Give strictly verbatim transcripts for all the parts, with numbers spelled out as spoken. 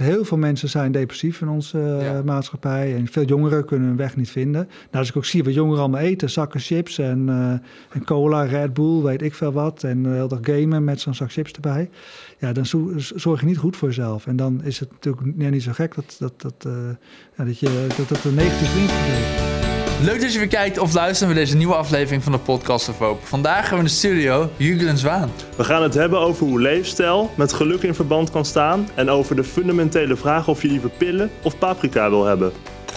heel veel mensen zijn depressief in onze uh, ja. maatschappij. En veel jongeren kunnen hun weg niet vinden. Nou, als ik ook zie wat jongeren allemaal eten. Zakken chips en, uh, en cola, Red Bull, weet ik veel wat. En uh, heel dag gamen met zo'n zak chips erbij. Ja, dan zo, zorg je niet goed voor jezelf. En dan is het natuurlijk ja, niet zo gek dat, dat, dat, uh, ja, dat, je, dat, dat een negatieve invloed heeft. Leuk dat je weer kijkt of luistert naar deze nieuwe aflevering van de Podcast of Hope. Vandaag hebben we in de studio Jurgen Zwaan. We gaan het hebben over hoe leefstijl met geluk in verband kan staan en over de fundamentele vraag of je liever pillen of paprika wil hebben.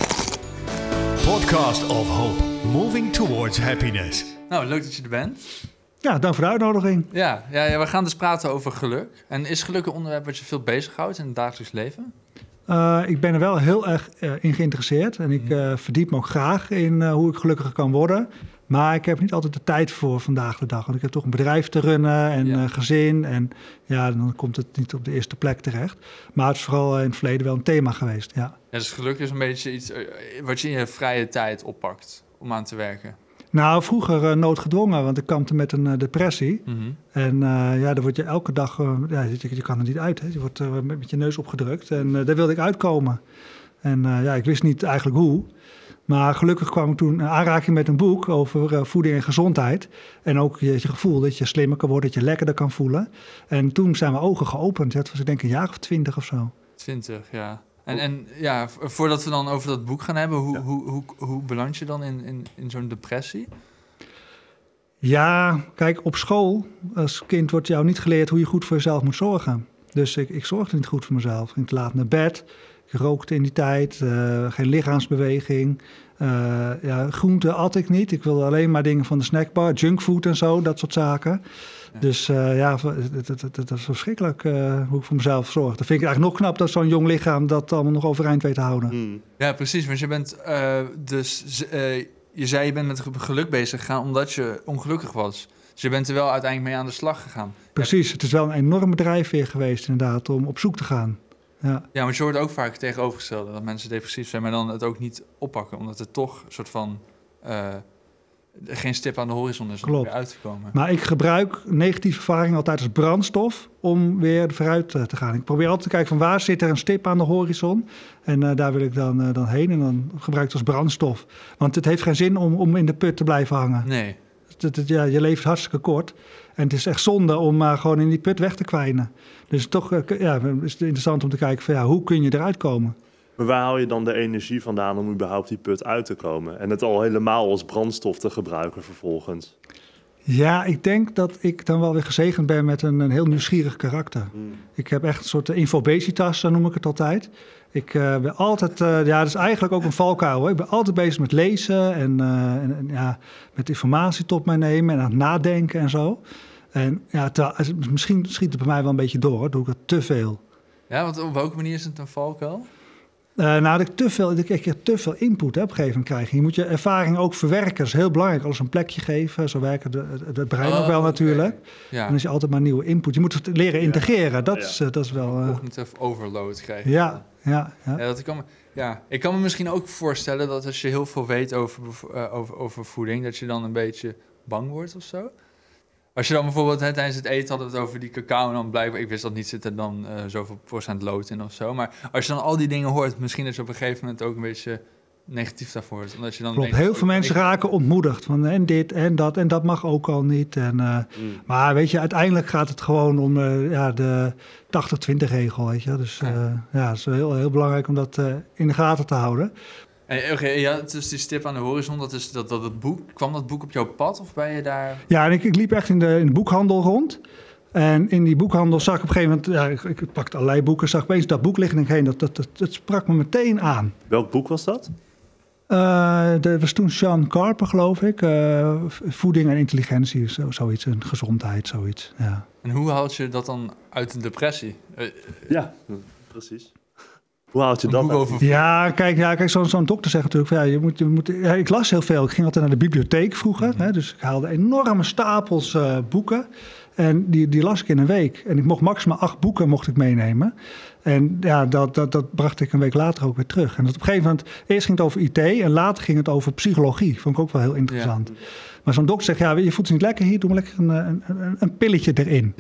Podcast of Hope, moving towards happiness. Nou, leuk dat je er bent. Ja, dank voor de uitnodiging. Ja, ja, ja, we gaan dus praten over geluk. En is geluk een onderwerp wat je veel bezighoudt in het dagelijks leven? Uh, ik ben er wel heel erg uh, in geïnteresseerd. En ik uh, verdiep me ook graag in uh, hoe ik gelukkiger kan worden. Maar ik heb niet altijd de tijd voor vandaag de dag. Want ik heb toch een bedrijf te runnen en ja. uh, gezin. En ja, dan komt het niet op de eerste plek terecht. Maar het is vooral in het verleden wel een thema geweest, ja. Ja, dus geluk is een beetje iets uh, wat je in je vrije tijd oppakt om aan te werken. Nou, vroeger uh, noodgedwongen, want ik kampte met een uh, depressie. Mm-hmm. En uh, ja, dan word je elke dag, uh, ja, je, je kan er niet uit. Hè. Je wordt uh, met je neus opgedrukt en uh, daar wilde ik uitkomen. En uh, ja, ik wist niet eigenlijk hoe. Maar gelukkig kwam ik toen in aanraking met een boek over uh, voeding en gezondheid. En ook je, je gevoel dat je slimmer kan worden, dat je lekkerder kan voelen. En toen zijn mijn ogen geopend. Dat was ik denk een jaar of twintig of zo. Twintig, ja. En, en ja, voordat we dan over dat boek gaan hebben, hoe, ja. hoe, hoe, hoe beland je dan in, in, in zo'n depressie? Ja, kijk, op school als kind wordt jou niet geleerd hoe je goed voor jezelf moet zorgen. Dus ik, ik zorgde niet goed voor mezelf. Ik ging te laat naar bed, ik rookte in die tijd, uh, geen lichaamsbeweging. Uh, ja, groente at ik niet. Ik wilde alleen maar dingen van de snackbar, junkfood en zo, dat soort zaken. Ja. Dus uh, ja, dat, dat, dat, dat is verschrikkelijk uh, hoe ik voor mezelf zorg. Dat vind ik eigenlijk nog knap dat zo'n jong lichaam dat allemaal nog overeind weet te houden. Mm. Ja, precies. Want je bent uh, dus... Uh, je zei je bent met geluk bezig gegaan omdat je ongelukkig was. Dus je bent er wel uiteindelijk mee aan de slag gegaan. Precies. Het is wel een enorme drijfveer geweest inderdaad om op zoek te gaan. Ja, ja, maar je hoort ook vaak tegenovergestelde dat mensen depressief zijn, maar dan het ook niet oppakken, omdat er toch een soort van uh, geen stip aan de horizon is om er weer uit te komen. Maar ik gebruik negatieve ervaringen altijd als brandstof om weer vooruit te gaan. Ik probeer altijd te kijken van waar zit er een stip aan de horizon en uh, daar wil ik dan, uh, dan heen en dan gebruik ik het als brandstof. Want het heeft geen zin om, om in de put te blijven hangen. Nee. Het, het, ja, je leeft hartstikke kort. En het is echt zonde om maar uh, gewoon in die put weg te kwijnen. Dus toch uh, ja, is het interessant om te kijken van ja, hoe kun je eruit komen? Maar waar haal je dan de energie vandaan om überhaupt die put uit te komen? En het al helemaal als brandstof te gebruiken vervolgens? Ja, ik denk dat ik dan wel weer gezegend ben met een, een heel nieuwsgierig karakter. Mm. Ik heb echt een soort infobesitas, zo noem ik het altijd. Ik uh, ben altijd, uh, ja, dat is eigenlijk ook een valkuil. Hoor. Ik ben altijd bezig met lezen en, uh, en, en ja, met informatie tot mij nemen en aan het nadenken en zo. En ja, te, misschien schiet het bij mij wel een beetje door, hoor. Doe ik het te veel. Ja, want op welke manier is het een valkuil? Uh, nou, dat ik te veel, dat ik te veel input hè, op een gegeven moment krijg. Je moet je ervaring ook verwerken. Dat is heel belangrijk. Alles een plekje geven. Zo werkt het, het brein oh, ook wel okay. natuurlijk. Ja. En als je altijd maar nieuwe input. Je moet het leren integreren. Dat, ja. is, uh, dat is wel... Uh... Cognitive overload krijgen. Ja, ja, ja. ja, dat kan me, ja. Ik kan me misschien ook voorstellen dat als je heel veel weet over, uh, over, over voeding, dat je dan een beetje bang wordt of zo. Als je dan bijvoorbeeld hè, tijdens het eten hadden we het over die cacao en dan blijkbaar, ik wist dat niet, zit er dan uh, zoveel procent lood in of zo. Maar als je dan al die dingen hoort, misschien dat je op een gegeven moment ook een beetje negatief daarvoor wordt. Omdat je dan Klopt, heel veel mensen raken ontmoedigd. Van en dit en dat en dat mag ook al niet. En, uh, mm. Maar weet je, uiteindelijk gaat het gewoon om uh, ja, de tachtig twintig regel. Weet je? Dus uh, ja. ja, het is heel, heel belangrijk om dat uh, in de gaten te houden. Oké, okay, ja, dus die stip aan de horizon, dat is dat, dat het boek. Kwam dat boek op jouw pad of ben je daar? Ja, en ik, ik liep echt in de, in de boekhandel rond. En in die boekhandel zag ik op een gegeven moment, ja, ik, ik pakte allerlei boeken, zag opeens dat boek liggen en ik heen, dat, dat, dat, dat sprak me meteen aan. Welk boek was dat? Uh, dat was toen Sean Carper, geloof ik. Uh, voeding en intelligentie, zo, zoiets, en gezondheid, zoiets. Ja. En hoe haal je dat dan uit een depressie? Uh, ja, precies. Hoe haal je dat uit? Ja, kijk, ja, kijk zo'n, zo'n dokter zegt natuurlijk, ja, je moet, je moet, ja, ik las heel veel. Ik ging altijd naar de bibliotheek vroeger, mm-hmm. hè, dus ik haalde enorme stapels uh, boeken. En die, die las ik in een week. En ik mocht maximaal acht boeken mocht ik meenemen. En ja, dat, dat, dat bracht ik een week later ook weer terug. En dat op een gegeven moment, eerst ging het over I T en later ging het over psychologie. Vond ik ook wel heel interessant. Ja. Maar zo'n dokter zegt, ja, je voelt je niet lekker hier, doe maar lekker een, een, een pilletje erin. Ja.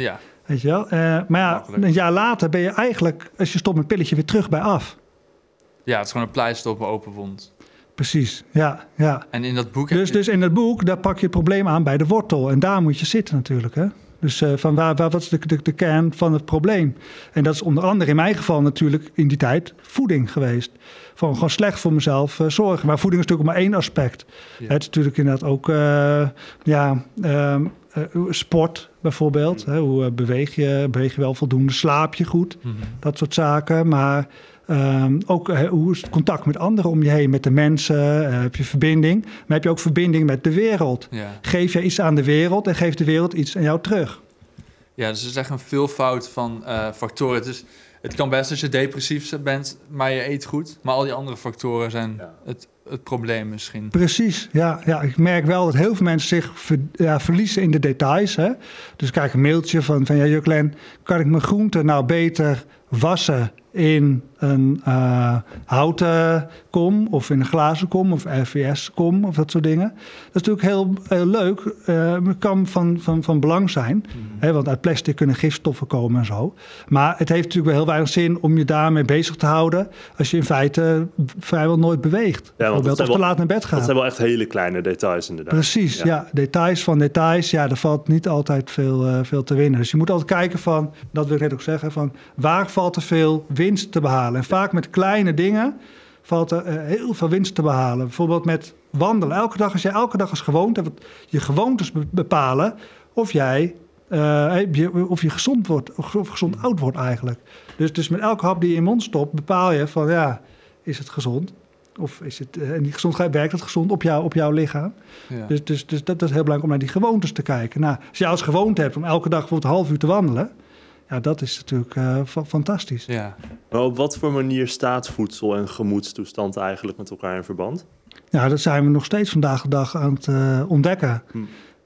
Weet je wel? Uh, maar ja, Makkelijk. een jaar later ben je eigenlijk, als je stopt met pilletje, weer terug bij af. Ja, het is gewoon een pleister op een open wond. Precies, ja. ja. En in dat boek... heb Dus, je... dus in dat boek, daar pak je het probleem aan bij de wortel. En daar moet je zitten natuurlijk, hè. Dus uh, van waar, waar, wat is de, de, de kern van het probleem? En dat is onder andere in mijn geval natuurlijk in die tijd voeding geweest. Van gewoon slecht voor mezelf uh, zorgen. Maar voeding is natuurlijk maar één aspect. Ja. Het is natuurlijk inderdaad ook uh, ja, uh, uh, sport bijvoorbeeld. Hè? Hoe uh, beweeg je? Beweeg je wel voldoende? Slaap je goed? Mm-hmm. Dat soort zaken. Maar um, ook uh, hoe is het contact met anderen om je heen? Met de mensen? Uh, heb je verbinding? Maar heb je ook verbinding met de wereld? Ja. Geef je iets aan de wereld en geeft de wereld iets aan jou terug? Ja, dus het is echt een veelvoud van uh, factoren. Dus het kan best als je depressief bent, maar je eet goed. Maar al die andere factoren zijn ja. het, het probleem misschien. Precies, ja, ja. Ik merk wel dat heel veel mensen zich ver, ja, verliezen in de details. Hè? Dus ik krijg een mailtje van, van ja, Juklen, kan ik mijn groenten nou beter wassen in een uh, houten kom of in een glazen kom of R V S-kom of dat soort dingen. Dat is natuurlijk heel, heel leuk. Uh, het kan van, van, van belang zijn, mm-hmm. hè, want uit plastic kunnen gifstoffen komen en zo. Maar het heeft natuurlijk wel heel weinig zin om je daarmee bezig te houden als je in feite vrijwel nooit beweegt. Ja, want of te wel, laat naar bed gaat. Dat zijn wel echt hele kleine details inderdaad. Precies, ja. ja. Details van details, ja, er valt niet altijd veel, uh, veel te winnen. Dus je moet altijd kijken van, dat wil ik net ook zeggen, van waar valt er veel winst te behalen. En vaak met kleine dingen valt er uh, heel veel winst te behalen. Bijvoorbeeld met wandelen. Elke dag, als jij elke dag als gewoonte hebt, je gewoontes bepalen of jij uh, of je gezond wordt of gezond oud wordt eigenlijk. Dus, dus met elke hap die je in je mond stopt, bepaal je van ja, is het gezond? Of is het uh, niet gezond? Werkt het gezond op, jou, op jouw lichaam? Ja. Dus, dus, dus dat, dat is heel belangrijk om naar die gewoontes te kijken. Nou, als je als gewoonte hebt om elke dag bijvoorbeeld een half uur te wandelen, ja, dat is natuurlijk uh, f- fantastisch. Ja. Maar op wat voor manier staat voedsel en gemoedstoestand eigenlijk met elkaar in verband? Ja, dat zijn we nog steeds vandaag de dag aan het uh, ontdekken. Hm.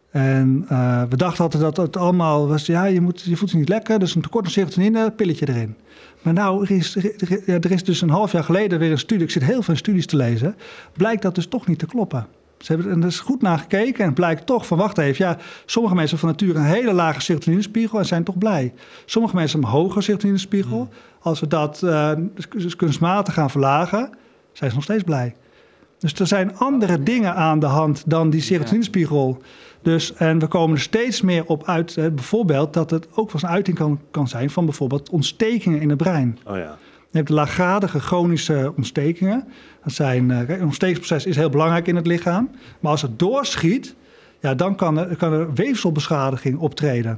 En uh, we dachten altijd dat het allemaal was, ja, je, moet, je voelt je niet lekker, dus een tekort aan serotonine, pilletje erin. Maar nou, er is, er, er is dus een half jaar geleden weer een studie, ik zit heel veel studies te lezen, blijkt dat dus toch niet te kloppen. Ze hebben er dus goed naar gekeken en het blijkt toch van, wacht even, ja, sommige mensen van nature een hele lage serotoninespiegel en zijn toch blij. Sommige mensen hebben een hogere serotoninespiegel. Mm. Als we dat uh, dus kunstmatig gaan verlagen, zijn ze nog steeds blij. Dus er zijn andere dingen aan de hand dan die serotoninespiegel. Dus, en we komen er steeds meer op uit, hè, bijvoorbeeld dat het ook wel een uiting kan, kan zijn van bijvoorbeeld ontstekingen in het brein. Oh ja. Je hebt laaggradige chronische ontstekingen. Dat zijn, uh, een ontstekingsproces is heel belangrijk in het lichaam. Maar als het doorschiet, ja, dan kan er, kan er weefselbeschadiging optreden.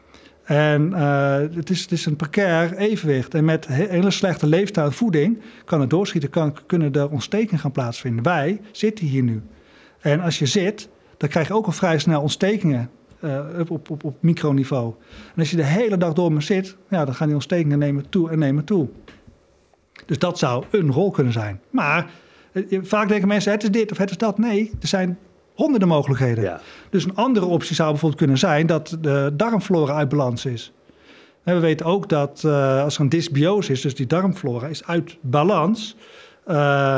En uh, het, is, het is een precair evenwicht. En met he- hele slechte leefstijl en voeding kan het doorschieten, kan, kunnen er ontstekingen gaan plaatsvinden. Wij zitten hier nu. En als je zit, dan krijg je ook al vrij snel ontstekingen uh, op, op, op, op microniveau. En als je de hele dag door maar zit, ja, dan gaan die ontstekingen nemen toe en nemen toe. Dus dat zou een rol kunnen zijn. Maar uh, vaak denken mensen, het is dit of het is dat. Nee, er zijn honderden mogelijkheden. Ja. Dus een andere optie zou bijvoorbeeld kunnen zijn dat de darmflora uit balans is. En we weten ook dat uh, als er een dysbiose is, dus die darmflora is uit balans. Uh,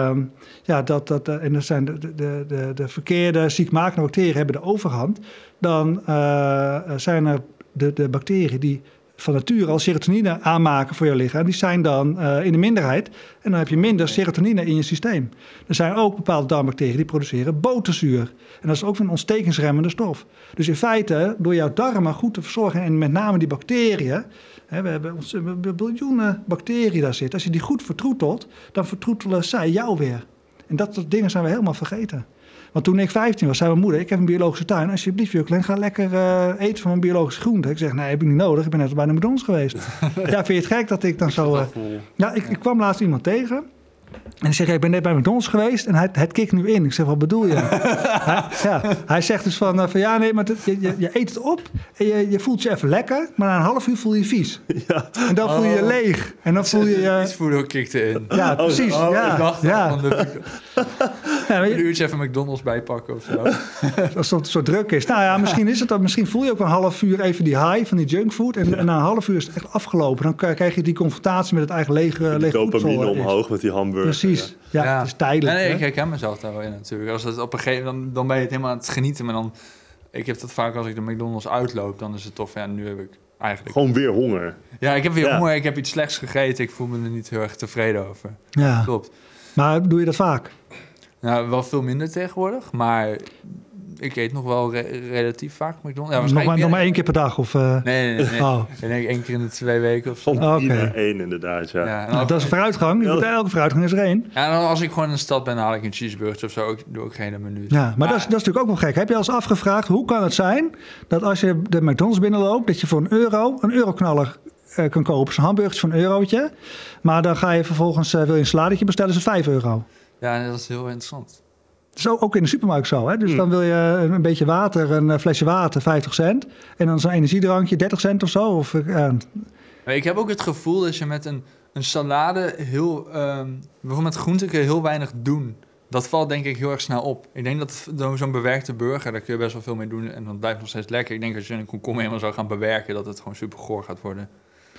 ja, dat, dat, en dat zijn de, de, de, de verkeerde ziekmakende bacteriën hebben de overhand. Dan uh, zijn er de, de bacteriën die van nature al serotonine aanmaken voor je lichaam. Die zijn dan uh, in de minderheid. En dan heb je minder serotonine in je systeem. Er zijn ook bepaalde darmbacteriën die produceren boterzuur. En dat is ook een ontstekingsremmende stof. Dus in feite, door jouw darmen goed te verzorgen, en met name die bacteriën, hè, we hebben ons, we hebben biljoenen bacteriën daar zitten. Als je die goed vertroetelt, dan vertroetelen zij jou weer. En dat soort dingen zijn we helemaal vergeten. Want toen ik vijftien was, zei mijn moeder, ik heb een biologische tuin. Alsjeblieft, Juklen, ga lekker uh, eten van mijn biologische groenten. Ik zeg, nee, heb ik niet nodig. Ik ben net bij de McDonald's geweest. Ja, vind je het gek dat ik dan ik zo... Uh, ja, ik, ik kwam laatst iemand tegen. En ik zeg, ja, ik ben net bij McDonald's geweest en hij, het kikt nu in. Ik zeg, wat bedoel je? hij, ja, hij zegt dus van, uh, van ja, nee, maar het, je, je, je eet het op en je, je voelt je even lekker. Maar na een half uur voel je je vies. Ja. En dan voel je je leeg. En dan voel je je... Viesvoeding kikte in. Ja, precies. Oh, ja, ik dacht ja. van de... Ja, je... Een uurtje even McDonald's bijpakken of zo. Als het zo druk is. Nou ja, misschien is het dat. Misschien voel je ook een half uur even die high van die junkfood. En, ja. en na een half uur is het echt afgelopen. Dan krijg je die confrontatie met het eigen lege, lege voedsel. Dopamine omhoog met die hamburger. Precies. Ja, ja, het is tijdelijk. Nee, nee, ik herken mezelf daar wel in natuurlijk. Als het op een gegeven moment, dan, dan ben je het helemaal aan het genieten. Maar dan, ik heb dat vaak als ik de McDonald's uitloop, dan is het toch van, ja, nu heb ik eigenlijk. Gewoon weer honger. Ja, ik heb weer Ja. honger, ik heb iets slechts gegeten. Ik voel me er niet heel erg tevreden over. Ja. Klopt. Maar doe je dat vaak? Nou, wel veel minder tegenwoordig, maar ik eet nog wel re- relatief vaak McDonald's. Ja, nog, maar, meer- nog maar één keer per dag? Of, uh... Nee, nee, nee. nee. Oh. Ik denk één keer in de twee weken of zo. Van Oké. tien naar één inderdaad, ja. Ja, en Nou, als- dat is een vooruitgang. Je moet, elke vooruitgang is er één. ja, en als ik gewoon in de stad ben, dan haal ik een cheeseburger of zo. Ook, doe ik geen minuut. Ja, maar dat is, dat is natuurlijk ook wel gek. Heb je al eens afgevraagd, hoe kan het zijn dat als je de McDonald's binnenloopt, dat je voor een euro een euroknaller uh, kan kopen? Zo'n hamburger voor een eurotje. Maar dan ga je vervolgens, uh, wil je een saladetje bestellen, is het vijf euro. Ja, dat is heel interessant. Dat is ook in de supermarkt zo. Hè? Dus Hmm. dan wil je een beetje water, een uh, flesje water, vijftig cent. En dan zo'n energiedrankje, dertig cent of zo. Of, uh, Maar ik heb ook het gevoel dat je met een, een salade heel... Um, bijvoorbeeld met groenten kun je heel weinig doen. Dat valt denk ik heel erg snel op. Ik denk dat zo- zo'n bewerkte burger, daar kun je best wel veel mee doen. En dat blijft nog steeds lekker. Ik denk als je een komkommer helemaal zou gaan bewerken, dat het gewoon super goor gaat worden.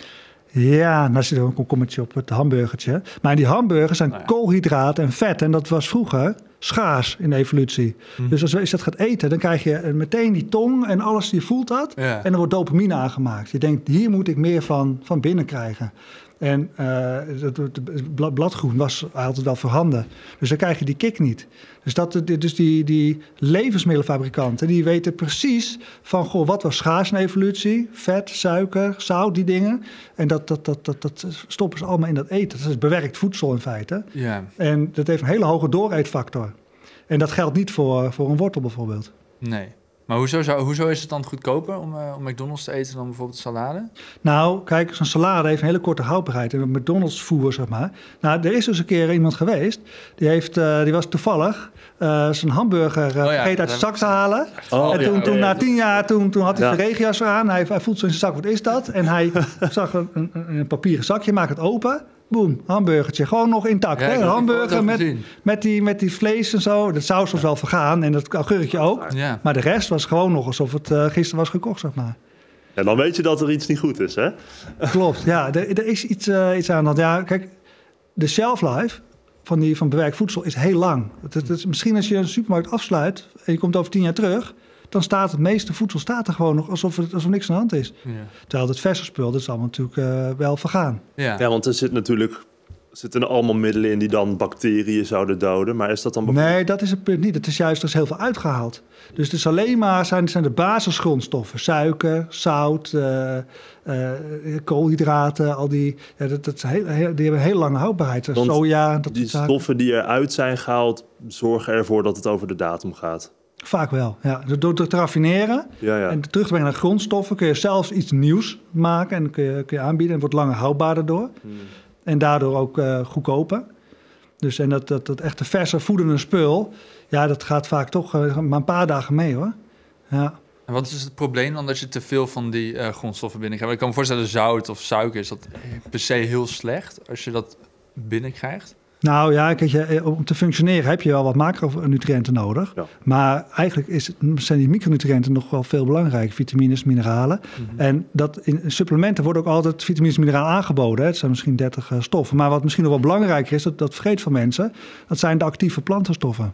Ja, dan zit er een komkommertje op het hamburgertje. Maar die hamburgers zijn Nou ja. koolhydraten en vet. En dat was vroeger schaars in de evolutie. Hm. Dus als je dat gaat eten, dan krijg je meteen die tong en alles, je voelt dat. Ja. En dan wordt dopamine aangemaakt. Je denkt, hier moet ik meer van, van binnen krijgen. En uh, het, het blad- bladgroen was altijd wel voorhanden. Dus dan krijg je die kick niet. Dus, dat, dus die, die levensmiddelenfabrikanten, die weten precies van, goh, wat was schaars in de evolutie? Vet, suiker, zout, die dingen. En dat, dat, dat, dat, dat stoppen ze allemaal in dat eten. Dat is bewerkt voedsel in feite. Ja, En dat heeft een hele hoge dooreetfactor. En dat geldt niet voor, voor een wortel bijvoorbeeld. nee. Maar hoezo, zou, hoezo is het dan goedkoper om, uh, om McDonald's te eten dan bijvoorbeeld salade? Nou, kijk, zo'n salade heeft een hele korte houdbaarheid. En McDonald's voer, zeg maar. Nou, er is dus een keer iemand geweest. Die, heeft, uh, die was toevallig uh, zijn hamburger uh, Oh ja, vergeten uit dat zijn zak te halen. Oh, en toen, ja, toen ja, na ja. tien jaar, toen, toen had hij Ja. zijn regenjas aan. Hij, hij voelt zo in zijn zak, wat is dat? En hij zag een, een, een papieren zakje, maakt het open. Boom, hamburgertje. Gewoon nog intact. Ja, hè? ik Een heb die hamburger foto met, gezien. met, die, met die vlees en zo. Dat saus was wel vergaan en dat augurkje ook. Ja. Maar de rest was gewoon nog alsof het uh, gisteren was gekocht, zeg maar. En dan weet je dat er iets niet goed is, hè? Klopt, ja. Er, er is iets, uh, iets aan dat. Ja, kijk, de shelf life van, die, van bewerkt voedsel is heel lang. Het, het is, misschien als je een supermarkt afsluit en je komt over tien jaar terug, dan staat het meeste voedsel staat er gewoon nog alsof, het, alsof niks aan de hand is. Ja. Terwijl het verse spul, dat is allemaal natuurlijk uh, wel vergaan. Ja. Ja, want er zit natuurlijk zitten er allemaal middelen in die dan bacteriën zouden doden. Maar is dat dan bijvoorbeeld... Nee, dat is het punt niet. Het is juist, er is heel veel uitgehaald. Dus het is alleen maar, zijn, zijn de basisgrondstoffen. Suiker, zout, uh, uh, koolhydraten, al die... Ja, dat, dat is heel, heel, die hebben een hele lange houdbaarheid. Want soja, dat Die soort zaken. stoffen die eruit zijn gehaald, zorgen ervoor dat het over de datum gaat. Vaak wel, ja. Dus door het te raffineren Ja, ja. en terug te brengen naar grondstoffen... kun je zelfs iets nieuws maken en kun je, kun je aanbieden. En het wordt langer houdbaar daardoor. Hmm. En daardoor ook uh, goedkoper. Dus en dat, dat, dat echte verse voedende spul... ja, dat gaat vaak toch uh, maar een paar dagen mee, hoor. Ja. En wat is het probleem dan dat je te veel van die uh, grondstoffen binnenkrijgt? Ik kan me voorstellen, zout of suiker is dat per se heel slecht als je dat binnenkrijgt. Nou ja, kijk, je, om te functioneren heb je wel wat macronutriënten nodig. Ja. Maar eigenlijk is het, zijn die micronutriënten nog wel veel belangrijker. Vitamines, mineralen. Mm-hmm. En dat in supplementen worden ook altijd vitamines en mineralen aangeboden. Hè. Het zijn misschien dertig uh, stoffen. Maar wat misschien nog wel belangrijker is, dat, dat vergeet van mensen... dat zijn de actieve plantenstoffen.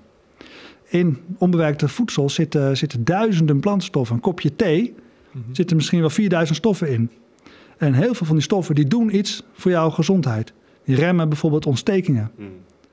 In onbewerkte voedsel zitten, zitten duizenden plantenstoffen. Een kopje thee Mm-hmm. zitten misschien wel vierduizend stoffen in. En heel veel van die stoffen die doen iets voor jouw gezondheid. Die remmen bijvoorbeeld ontstekingen. Hmm.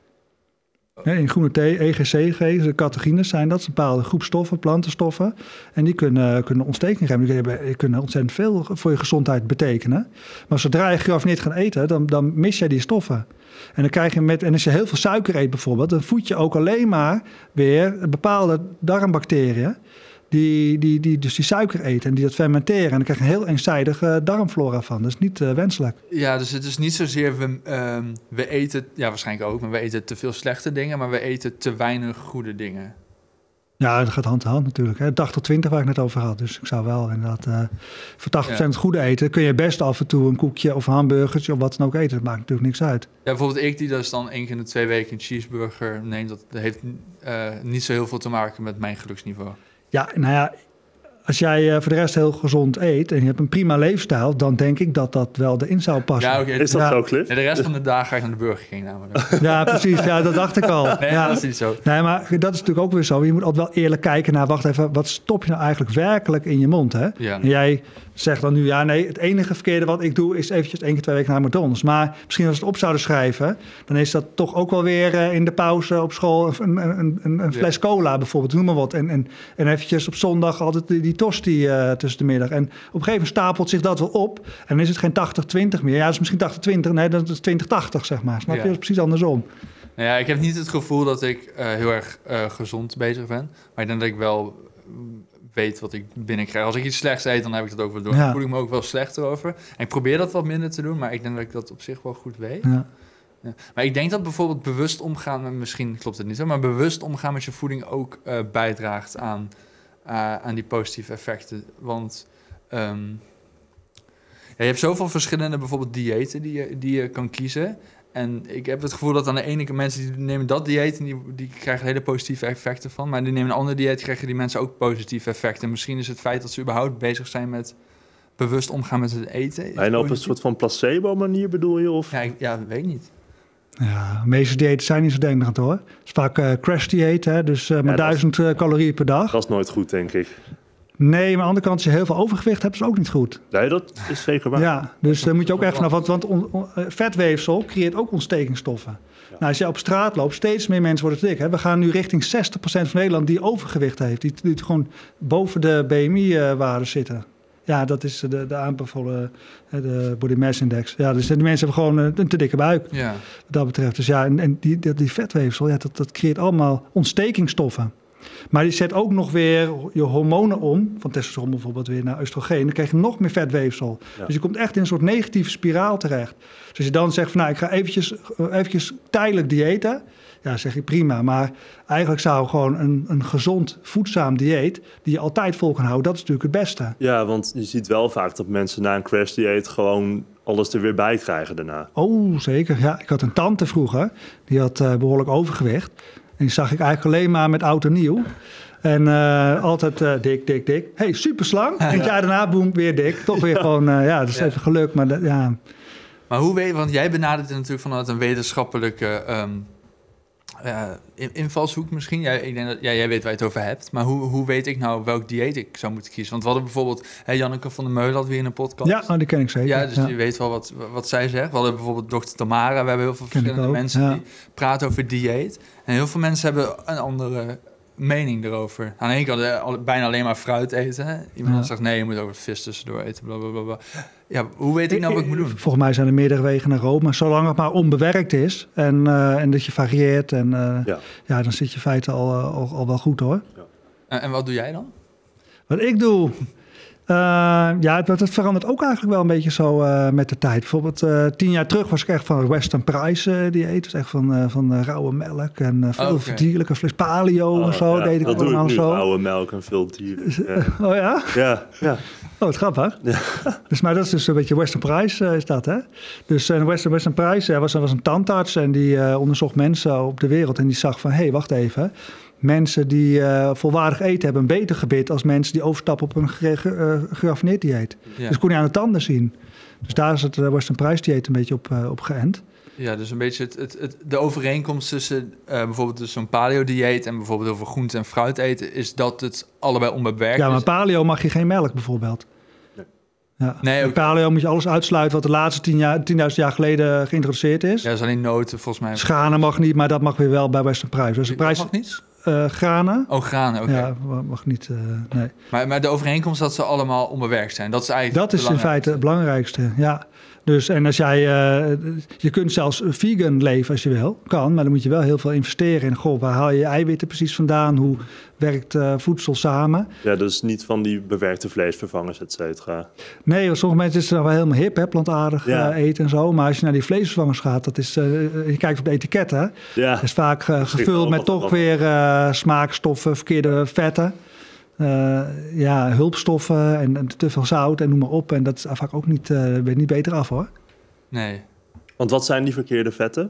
In groene thee, E G C G, de catechines zijn dat. Een bepaalde groep stoffen, plantenstoffen. En die kunnen, kunnen ontsteking remmen. Die kunnen, die kunnen ontzettend veel voor je gezondheid betekenen. Maar zodra je geraffineerd gaat eten, dan, dan mis je die stoffen. En dan krijg je met, en als je heel veel suiker eet bijvoorbeeld, dan voed je ook alleen maar weer bepaalde darmbacteriën. Die, die, die dus die suiker eten en die dat fermenteren. En dan krijg je een heel eenzijdige darmflora van. Dat is niet uh, wenselijk. Ja, dus het is niet zozeer, we, um, we eten, ja waarschijnlijk ook, maar we eten te veel slechte dingen, maar we eten te weinig goede dingen. Ja, dat gaat hand in hand natuurlijk. Hè. tachtig twintig waar ik net over had. Dus ik zou wel inderdaad uh, voor tachtig procent het goede eten. Kun je best af en toe een koekje of een hamburgertje of wat dan ook eten. Dat maakt natuurlijk niks uit. Ja, bijvoorbeeld ik die dus dan één keer in de twee weken een cheeseburger neemt, dat heeft uh, niet zo heel veel te maken met mijn geluksniveau. Ja, nou ja, als jij uh, voor de rest heel gezond eet en je hebt een prima leefstijl, dan denk ik dat dat wel erin zou passen. Ja, okay. Is dat ja. zo, Cliff? En de rest van de dag ga ik naar de Burger King namelijk. Ja, precies. Ja, dat dacht ik al. Nee, ja. dat is niet zo. Nee, maar dat is natuurlijk ook weer zo. Je moet altijd wel eerlijk kijken naar, wacht even, wat stop je nou eigenlijk werkelijk in je mond, hè? Ja. En jij zeg dan nu, ja nee, het enige verkeerde wat ik doe is eventjes één keer twee weken naar McDonald's. Maar misschien als we het op zouden schrijven, dan is dat toch ook wel weer uh, in de pauze op school een, een, een, een fles ja. cola bijvoorbeeld, noem maar wat. En, en, en eventjes op zondag altijd die, die tosti uh, tussen de middag. En op een gegeven moment stapelt zich dat wel op en dan is het geen tachtig twintig meer. Ja, dat is misschien tachtig twintig, nee, dat is twintig tachtig zeg maar. Snap je? Ja. Dat is precies andersom. Nou ja, ik heb niet het gevoel dat ik uh, heel erg uh, gezond bezig ben, maar ik denk dat ik wel weet wat ik binnenkrijg. Als ik iets slechts eet, dan heb ik dat ook wel door. Ja. Dan voel ik me ook wel slechter over. En ik probeer dat wat minder te doen, maar ik denk dat ik dat op zich wel goed weet. Ja. Ja. Maar ik denk dat bijvoorbeeld bewust omgaan, met, misschien klopt het niet, maar bewust omgaan met je voeding ook uh, bijdraagt aan, uh, aan die positieve effecten. Want um, ja, je hebt zoveel verschillende bijvoorbeeld diëten die je, die je kan kiezen. En ik heb het gevoel dat aan de ene kant mensen die nemen dat dieet en die, die krijgen hele positieve effecten van. Maar die nemen een ander dieet, krijgen die mensen ook positieve effecten. En misschien is het feit dat ze überhaupt bezig zijn met bewust omgaan met het eten. En op een soort van placebo-manier bedoel je? Of? Ja, ik, ja, weet ik niet. Ja, de meeste diëten zijn niet zo denderend hoor. Het is vaak uh, crash dieet, hè, dus uh, maar ja, duizend is, uh, calorieën per dag. Dat is nooit goed, denk ik. Nee, maar aan de andere kant, als je heel veel overgewicht hebt, is ook niet goed. Nee, dat is zeker waar. Ja, dus daar moet je ook echt vanaf, want, want on, on, vetweefsel creëert ook ontstekingsstoffen. Ja. Nou, als je op straat loopt, steeds meer mensen worden dik. Hè. We gaan nu richting zestig procent van Nederland die overgewicht heeft. Die, die gewoon boven de B M I-waarden zitten. Ja, dat is de, de aanbevolen de body mass index. Ja, dus die mensen hebben gewoon een te dikke buik. Ja. Wat dat betreft. Dus ja, en, en die, die, die vetweefsel, ja, dat, dat creëert allemaal ontstekingsstoffen. Maar die zet ook nog weer je hormonen om, van testosteron bijvoorbeeld weer naar oestrogeen. Dan krijg je nog meer vetweefsel. Ja. Dus je komt echt in een soort negatieve spiraal terecht. Dus als je dan zegt van nou, ik ga eventjes, eventjes tijdelijk diëten. Ja, zeg ik prima. Maar eigenlijk zou gewoon een, een gezond, voedzaam dieet die je altijd vol kan houden, dat is natuurlijk het beste. Ja, want je ziet wel vaak dat mensen na een crash dieet gewoon alles er weer bij krijgen daarna. Oh, zeker. Ja, ik had een tante vroeger, die had uh, behoorlijk overgewicht. En die zag ik eigenlijk alleen maar met oud en nieuw. En uh, altijd uh, dik, dik, dik. Hey, super slang. En het jaar daarna, boem, weer dik. Toch weer ja. gewoon, uh, ja, dat is ja. even geluk. Maar, uh, ja. maar hoe weet je, want jij benadert het natuurlijk vanuit een wetenschappelijke um, uh, invalshoek misschien. Jij, ik denk dat, ja, jij weet waar je het over hebt. Maar hoe, hoe weet ik nou welk dieet ik zou moeten kiezen? Want we hadden bijvoorbeeld, hey, Janneke van der Meulen had weer in een podcast. Ja, oh, die ken ik zeker. Ja, dus ja. je weet wel wat, wat zij zegt. We hadden bijvoorbeeld dokter Tamara. We hebben heel veel ken verschillende mensen ja. die praten over dieet. En heel veel mensen hebben een andere mening erover. Aan de ene kant bijna alleen maar fruit eten. Hè? Iemand ja. zegt, nee, je moet ook wat vis tussendoor eten. Blablabla. Ja, hoe weet ik nou wat ik moet doen? Volgens mij zijn er meerdere wegen naar Rome. Maar zolang het maar onbewerkt is en, uh, en dat je varieert, en, uh, ja. Ja, dan zit je feiten al, uh, al, al wel goed hoor. Ja. En, en wat doe jij dan? Wat ik doe? Uh, ja, het, het verandert ook eigenlijk wel een beetje zo uh, met de tijd. Bijvoorbeeld uh, tien jaar terug was ik echt van het Western Price uh, dieet. Dus echt van, uh, van uh, rauwe melk en uh, veel okay. dierlijke vlees. Paleo oh, en zo ja, deed ik dat allemaal doe ik nu, zo. Rauwe melk en veel dieren. Ja. Oh ja? Ja, ja. Oh, wat grappig. Ja. Dus, maar dat is dus een beetje Western Price uh, is dat, hè? Dus uh, Western, Western Price uh, was, was een tandarts en die uh, onderzocht mensen op de wereld. En die zag van, hé, hey, wacht even. Mensen die uh, volwaardig eten hebben een beter gebit als mensen die overstappen op een geraffineerd dieet. Ja. Dus kon je aan de tanden zien. Dus daar is het uh, Western Price dieet een beetje op, uh, op geënt. Ja, dus een beetje het, het, het, de overeenkomst tussen uh, bijvoorbeeld dus zo'n paleo-dieet en bijvoorbeeld over groente en fruit eten, is dat het allebei onbeperkt is. Ja, maar paleo mag je geen melk bijvoorbeeld. Ja. Nee, ook... paleo moet je alles uitsluiten wat de laatste tien jaar, tienduizend jaar geleden geïntroduceerd is. Ja, dat is alleen noten volgens mij. Granen mag niet, maar dat mag weer wel bij Western Price. Dus de prijs mag niet? Uh, granen. Oh, granen, oké. Okay. Ja, mag niet, uh, nee. Maar, maar de overeenkomst dat ze allemaal onbewerkt zijn, dat is eigenlijk dat is in feite het belangrijkste, ja. Dus en als jij, uh, je kunt zelfs vegan leven als je wil, kan, maar dan moet je wel heel veel investeren in, goh, waar haal je je eiwitten precies vandaan, hoe werkt uh, voedsel samen. Ja, dus niet van die bewerkte vleesvervangers, et cetera. Nee, want sommige mensen is het nog wel helemaal hip, hè, plantaardig ja. uh, eten en zo, maar als je naar die vleesvervangers gaat, dat is, uh, je kijkt op de etiketten, ja. dat is vaak uh, gevuld met toch weer uh, smaakstoffen, verkeerde vetten. Uh, ja, hulpstoffen en, en te veel zout en noem maar op. En dat is vaak ook niet, uh, ben je niet beter af hoor. Nee. Want wat zijn die verkeerde vetten?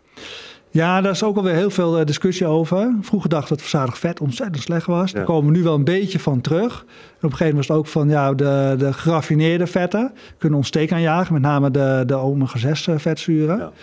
Ja, daar is ook alweer heel veel uh, discussie over. Vroeger dacht dat verzadigd vet ontzettend slecht was. Ja. Daar komen we nu wel een beetje van terug. En op een gegeven moment was het ook van ja, de, de geraffineerde vetten kunnen ontsteking aanjagen. Met name de, de omega zes vetzuren. Ja.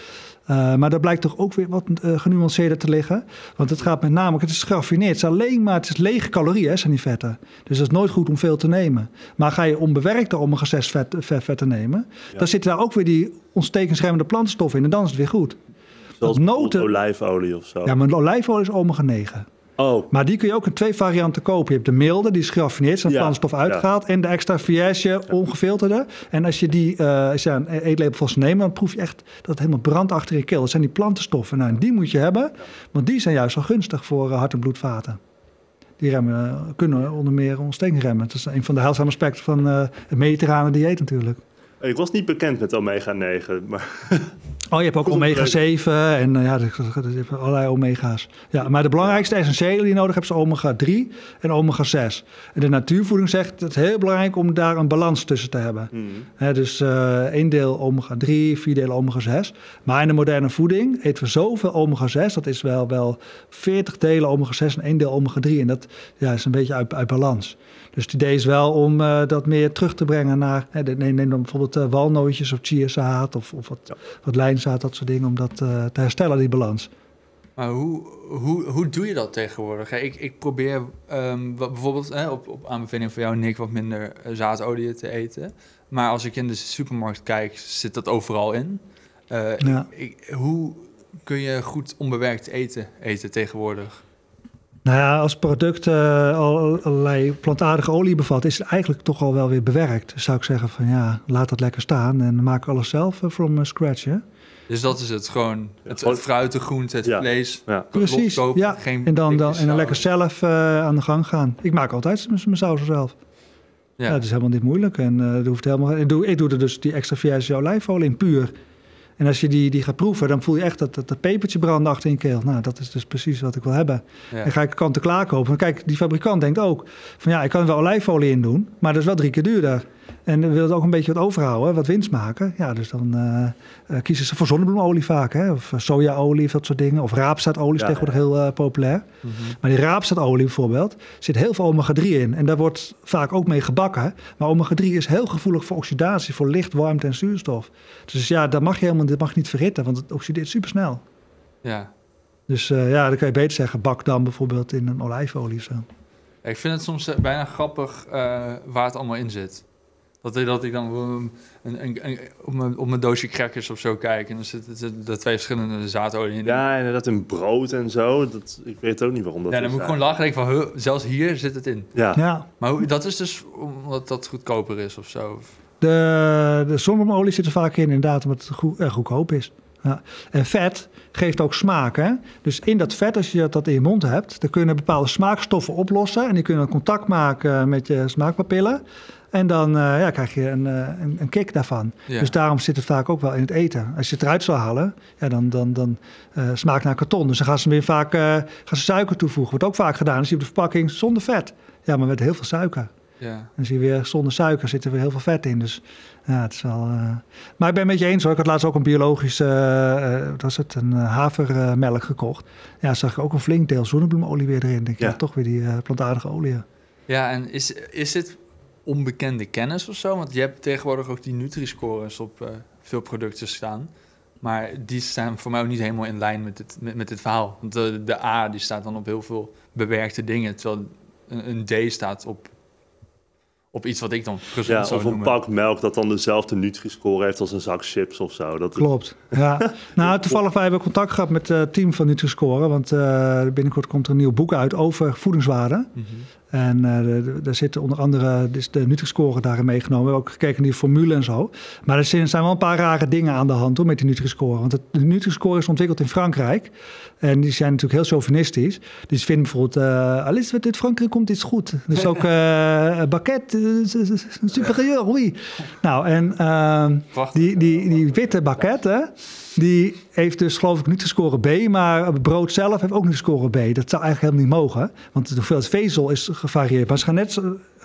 Uh, maar daar blijkt toch ook weer wat uh, genuanceerder te liggen. Want het gaat met name, het is geraffineerd. Het is alleen maar, het is lege calorieën, hè, zijn die vetten. Dus dat is nooit goed om veel te nemen. Maar ga je onbewerkte omega zes vet, vet, vetten nemen, ja. dan zitten daar ook weer die ontstekingsremmende plantenstoffen in. En dan is het weer goed. Zoals noten, olijfolie of zo. Ja, maar olijfolie is omega negen. Oh. Maar die kun je ook in twee varianten kopen. Je hebt de milde, die is geraffineerd, zijn ja, plantenstof uitgehaald. Ja. En de extra vierge, ja. ongefilterde. En als je die uh, als je een eetlepel van ze neemt, dan proef je echt dat het helemaal brandt achter je keel. Dat zijn die plantenstoffen. Nou, en die moet je hebben, want die zijn juist wel gunstig voor uh, hart- en bloedvaten. Die remmen, uh, kunnen onder meer ontsteking remmen. Dat is een van de heilzame aspecten van uh, het mediterrane dieet natuurlijk. Ik was niet bekend met omega negen, maar... Oh, je hebt ook omega zeven en uh, ja, je hebt allerlei omega's. Ja, maar de belangrijkste essentiële die je nodig hebt is omega drie en omega zes. En de natuurvoeding zegt het is heel belangrijk om daar een balans tussen te hebben. Mm. He, dus uh, één deel omega drie, vier delen omega zes. Maar in de moderne voeding eten we zoveel omega zes. Dat is wel, wel veertig delen omega zes en één deel omega drie. En dat ja, is een beetje uit, uit balans. Dus het idee is wel om uh, dat meer terug te brengen naar... Hè, neem, neem dan bijvoorbeeld uh, walnootjes of chiazaad of, of wat, ja. wat lijnzaad, dat soort dingen... om dat uh, te herstellen, die balans. Maar hoe, hoe, hoe doe je dat tegenwoordig? Ik, ik probeer um, bijvoorbeeld hè, op, op aanbeveling van jou, Nick, wat minder uh, zaadolie te eten. Maar als ik in de supermarkt kijk, zit dat overal in. Uh, ja. ik, hoe kun je goed onbewerkt eten, eten tegenwoordig? Nou ja, als product uh, allerlei plantaardige olie bevat, is het eigenlijk toch al wel weer bewerkt. Dus zou ik zeggen van ja, laat dat lekker staan en maak alles zelf uh, from scratch. Hè? Dus dat is het gewoon, het, het fruit, de groente, het ja. vlees. Ja. Precies, kopen, ja. Geen en dan, dan, en dan lekker zelf uh, aan de gang gaan. Ik maak altijd mijn saus zelf. Ja. Ja, het is helemaal niet moeilijk. En, uh, dat hoeft helemaal, ik, doe, ik doe er dus die extra vierge olijfolie in puur. En als je die, die gaat proeven, dan voel je echt dat, dat, dat pepertje branden achter in je keel. Nou, dat is dus precies wat ik wil hebben. Ja. En ga ik kant-en-klaar kopen. En kijk, die fabrikant denkt ook van ja, ik kan er wel olijfolie in doen, maar dat is wel drie keer duurder. En dan wil het ook een beetje wat overhouden, wat winst maken. Ja, dus dan uh, uh, kiezen ze voor zonnebloemolie vaak, hè? Of sojaolie of dat soort dingen. Of raapzaadolie is ja, tegenwoordig ja. heel uh, populair. Mm-hmm. Maar die raapzaadolie bijvoorbeeld, zit heel veel omega drie in. En daar wordt vaak ook mee gebakken. Maar omega drie is heel gevoelig voor oxidatie, voor licht, warmte en zuurstof. Dus ja, dat mag je helemaal dat mag je niet verhitten, want het oxideert supersnel. Ja. Dus uh, ja, dan kan je beter zeggen, bak dan bijvoorbeeld in een olijfolie of zo. Ik vind het soms bijna grappig uh, waar het allemaal in zit. Dat, dat ik dan een, een, een, op, mijn, op mijn doosje crackers of zo kijk. En dan zitten er, er twee verschillende zaadolie in. Ja, inderdaad in brood en zo. Dat, ik weet ook niet waarom dat ja, is. Dan moet ik gewoon lachen en denk van, zelfs hier zit het in. Ja. ja. Maar hoe, dat is dus omdat dat goedkoper is of zo? De, de zonnebloemolie zit er vaak in, inderdaad, omdat het goed, eh, goedkoop is. Ja. En vet geeft ook smaak. Hè? Dus in dat vet, als je dat in je mond hebt, dan kunnen bepaalde smaakstoffen oplossen. En die kunnen contact maken met je smaakpapillen. En dan uh, ja, krijg je een, een, een kick daarvan. Ja. Dus daarom zit het vaak ook wel in het eten. Als je het eruit zou halen, ja, dan, dan, dan uh, smaakt naar karton. Dus dan gaan ze weer vaak uh, gaan ze suiker toevoegen. Wordt ook vaak gedaan. Dus je op de verpakking zonder vet. Ja, maar met heel veel suiker. Ja. Dan zie je weer zonder suiker zit er weer heel veel vet in. Dus ja, het is wel. Uh... Maar ik ben het met je eens hoor. Ik had laatst ook een biologische, uh, wat was het, een uh, havermelk gekocht. Ja, zag ik ook een flink deel zonnebloemolie weer erin. Denk je, ja. ja, toch weer die uh, plantaardige olie. Ja, en is, is dit onbekende kennis of zo? Want je hebt tegenwoordig ook die Nutri-scores op uh, veel producten staan. Maar die staan voor mij ook niet helemaal in lijn met dit, met, met dit verhaal. Want de, de A die staat dan op heel veel bewerkte dingen. Terwijl een, een D staat op, op iets wat ik dan gezond ja, zou of een noemen. pak melk dat dan dezelfde Nutri-score heeft als een zak chips of zo. Dat Klopt, is... ja. Nou, toevallig, wij hebben contact gehad met het team van Nutri-score. Want uh, binnenkort komt er een nieuw boek uit over voedingswaarde. Mm-hmm. En uh, daar zitten onder andere dus de Nutri-score daarin meegenomen. We hebben ook gekeken naar die formule en zo. Maar er zijn wel een paar rare dingen aan de hand hoor, met die Nutri-score. Want het, de Nutri-score is ontwikkeld in Frankrijk. En die zijn natuurlijk heel chauvinistisch. Dus vinden bijvoorbeeld, uh, alles wat uit Frankrijk komt is goed. Dus ook uh, baguette, uh, superieur, oui. Nou, en uh, die, die, die witte baguette, die heeft dus geloof ik Nutri-score B, maar het brood zelf heeft ook Nutri-score B. Dat zou eigenlijk helemaal niet mogen, want de hoeveelheid vezel is gevarieerd. Maar ze gaan net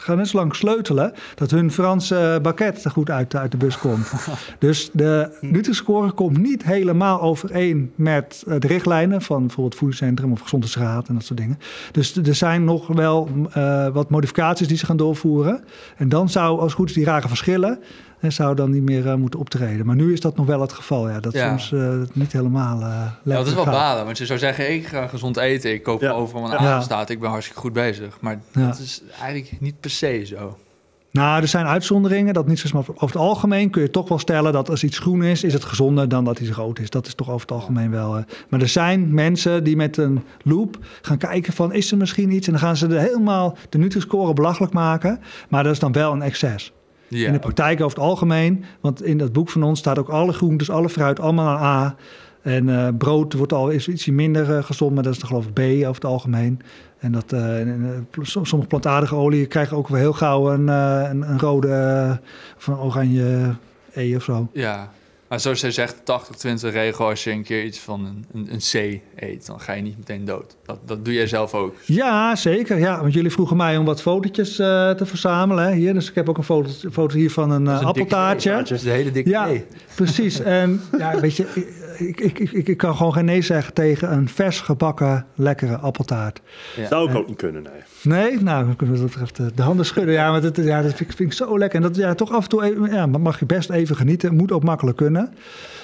gaan net zo lang sleutelen dat hun Franse baguette er goed uit, uit de bus komt. Dus de Nutri-score komt niet helemaal overeen met de richtlijnen van bijvoorbeeld Voedingscentrum of Gezondheidsraad en dat soort dingen. Dus er zijn nog wel uh, wat modificaties die ze gaan doorvoeren. En dan zou, als het goed is, die rare verschillen en zou dan niet meer uh, moeten optreden. Maar nu is dat nog wel het geval, ja. Dat ja. soms uh, niet helemaal uh, ja, dat is wel gaat. balen, want je zou zeggen, ik ga gezond eten, ik koop ja. overal een Ja. aanstaat, ik ben hartstikke goed bezig. Maar Ja. dat is eigenlijk niet per se zo. Nou, er zijn uitzonderingen. Dat niet zo snel. Over het algemeen kun je toch wel stellen dat als iets groen is, is het gezonder dan dat iets rood is. Dat is toch over het algemeen wel. Uh. Maar er zijn mensen die met een loop gaan kijken van, is er misschien iets? En dan gaan ze er helemaal de Nutri-score belachelijk maken. Maar dat is dan wel een excess. Ja. In de praktijk over het algemeen, want in dat boek van ons staat ook alle groentes, alle fruit, allemaal aan A. En uh, brood wordt al is ietsje minder uh, gezond, maar dat is dan geloof ik B over het algemeen. En dat uh, en, uh, sommige plantaardige olie krijgen ook wel heel gauw een, uh, een, een rode uh, of een oranje E of zo. Ja, maar zoals zij zegt, tachtig twintig regel, als je een keer iets van een, een, een C eet, dan ga je niet meteen dood. Dat, dat doe jij zelf ook. Ja, zeker. Ja, want jullie vroegen mij om wat fotootjes uh, te verzamelen. Hè, hier. Dus ik heb ook een foto, foto hier van een, uh, een appeltaartje. Dat is een hele dikke Ja, nee. precies. En ja, weet je, ik, ik, ik, ik kan gewoon geen nee zeggen tegen een vers gebakken, lekkere appeltaart. Ja. Zou ik ook niet kunnen, nee. Nee, nou, wat dat betreft de, de handen schudden. Ja, maar dat, ja, dat vind, ik, vind ik zo lekker. En dat ja, toch af en toe even, ja, mag je best even genieten. Moet ook makkelijk kunnen.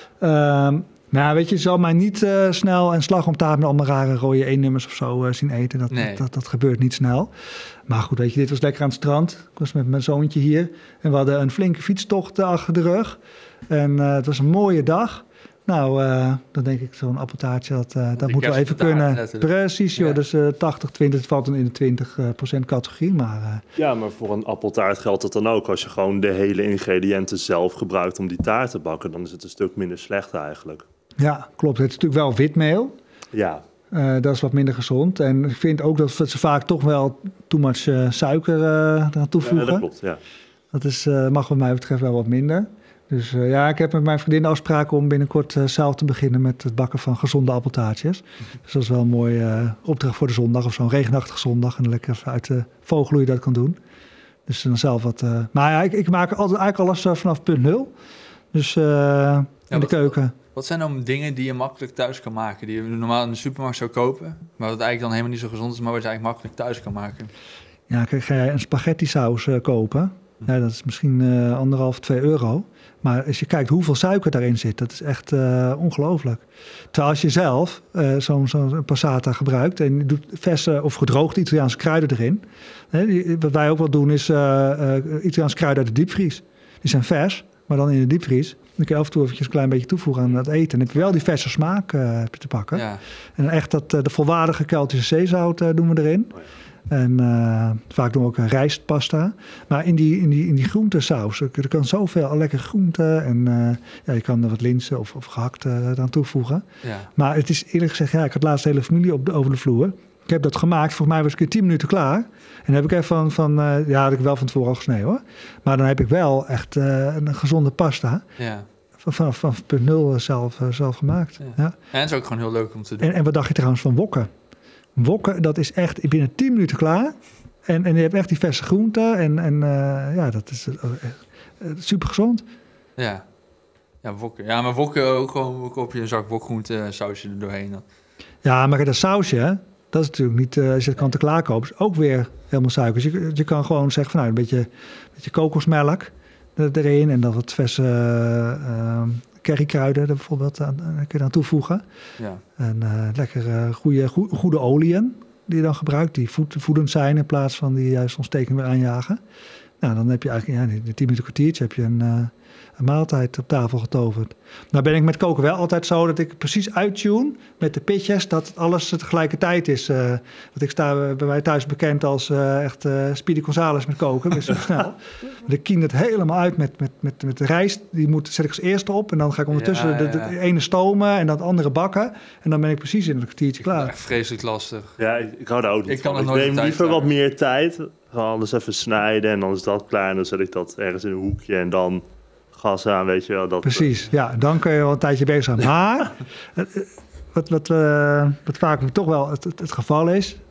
Um, nou, weet je, je zal mij niet uh, snel en slag om tafel met allemaal rare rode E-nummers of zo uh, zien eten. Dat, Nee. dat, dat, dat gebeurt niet snel. Maar goed, weet je, dit was lekker aan het strand. Ik was met mijn zoontje hier. En we hadden een flinke fietstocht uh, achter de rug. En uh, het was een mooie dag. Nou, uh, dan denk ik zo'n appeltaartje, dat, uh, dat moet wel even kunnen. Letterlijk. Precies, joh. Ja. Dus uh, tachtig twintig, het valt dan in de twintig procent categorie. Maar uh, Ja, maar voor een appeltaart geldt dat dan ook. Als je gewoon de hele ingrediënten zelf gebruikt om die taart te bakken, dan is het een stuk minder slecht eigenlijk. ja, klopt. Het is natuurlijk wel witmeel. Ja, Uh, dat is wat minder gezond. En ik vind ook dat ze vaak toch wel too much uh, suiker uh, eraan toevoegen. ja dat klopt, ja. Dat is, uh, mag wat mij betreft wel wat minder. Dus uh, ja, ik heb met mijn vriendin afspraken om binnenkort uh, zelf te beginnen met het bakken van gezonde appeltaartjes. Dus dat is wel een mooie uh, opdracht voor de zondag of zo'n regenachtige zondag. En dan lekker even uit de vogel hoe je dat kan doen. Dus dan zelf wat... Uh, maar ja, ik, ik maak altijd eigenlijk alles uh, vanaf punt nul. Dus uh, in de wat- keuken. Wat zijn dan dingen die je makkelijk thuis kan maken? Die je normaal in de supermarkt zou kopen, maar wat eigenlijk dan helemaal niet zo gezond is, maar wat je eigenlijk makkelijk thuis kan maken? Ja, kijk, ga jij een spaghetti saus uh, kopen? Ja, dat is misschien uh, anderhalf, twee euro. Maar als je kijkt hoeveel suiker daarin zit, dat is echt uh, ongelooflijk. Terwijl als je zelf uh, zo'n zo'n passata gebruikt en je doet verse of gedroogde Italiaanse kruiden erin. Hè, die, wat wij ook wel doen is uh, uh, Italiaanse kruiden uit de diepvries. Die zijn vers, maar dan in de diepvries. Dan kun je af en toe eventjes een klein beetje toevoegen aan het eten. Dan heb je wel die verse smaak uh, heb je te pakken. Ja, En echt dat, uh, de volwaardige Keltische zeezout uh, doen we erin. Oh ja. En uh, vaak doen we ook een rijstpasta. Maar in die, in die, in die groentesaus, er er kan zoveel lekker groente. En uh, ja, je kan er wat linzen of, of gehakt uh, aan toevoegen. ja. Maar het is eerlijk gezegd, ja, ik had laatst de hele familie op de, over de vloer. Ik heb dat gemaakt, volgens mij was ik in tien minuten klaar. En dan heb ik even van, van uh, ja, had ik wel van tevoren al gesneden hoor. Maar dan heb ik wel echt uh, een gezonde pasta. ja. Van, vanaf van punt nul zelf, uh, zelf gemaakt. Ja. Ja. En het is ook gewoon heel leuk om te doen. En, en wat dacht je trouwens van wokken? Wokken, dat is echt binnen tien minuten klaar. En, en je hebt echt die verse groenten. En, en uh, ja, dat is uh, uh, super gezond. Ja. Ja, wokken. Ja, maar wokken ook gewoon ook op je een zak wokgroente sausje er doorheen. Dan. Ja, maar dat sausje, hè, dat is natuurlijk niet, uh, als je het kant en klaar koopt, is ook weer helemaal suiker. Dus je, je kan gewoon zeggen van nou, een beetje, een beetje kokosmelk erin. En dan wat verse uh, uh, currykruiden er bijvoorbeeld aan, uh, kun je dan toevoegen. Ja. En uh, lekker uh, goede, goe, goede oliën die je dan gebruikt, die voed, voedend zijn in plaats van die juist ontsteking weer aanjagen. Nou, dan heb je eigenlijk ja, in een tien minuten kwartiertje heb je een, uh, een maaltijd op tafel getoverd. Nou ben ik met koken wel altijd zo dat ik precies uittune met de pitjes dat alles tegelijkertijd is. Uh, want ik sta bij mij thuis bekend als uh, echt uh, Speedy Gonzales met koken, dus zo snel. Want ik kien het helemaal uit met, met, met, met de rijst, die moet, zet ik als eerste op en dan ga ik ondertussen Ja, ja. De, de ene stomen en dan het andere bakken. En dan ben ik precies in een kwartiertje klaar. Echt vreselijk lastig. Ja, ik, ik hou daar ook niet Ik kan van. het Ik nooit op neem tijd liever wat klaar. meer tijd. Gewoon alles even snijden en dan is dat klaar. En dan zet ik dat ergens in een hoekje en dan gas aan, weet je wel. Dat, Precies, ja, dan kun je wel een tijdje bezig zijn. Maar het- wat, wat, uh, wat vaak toch wel het, het, het geval is,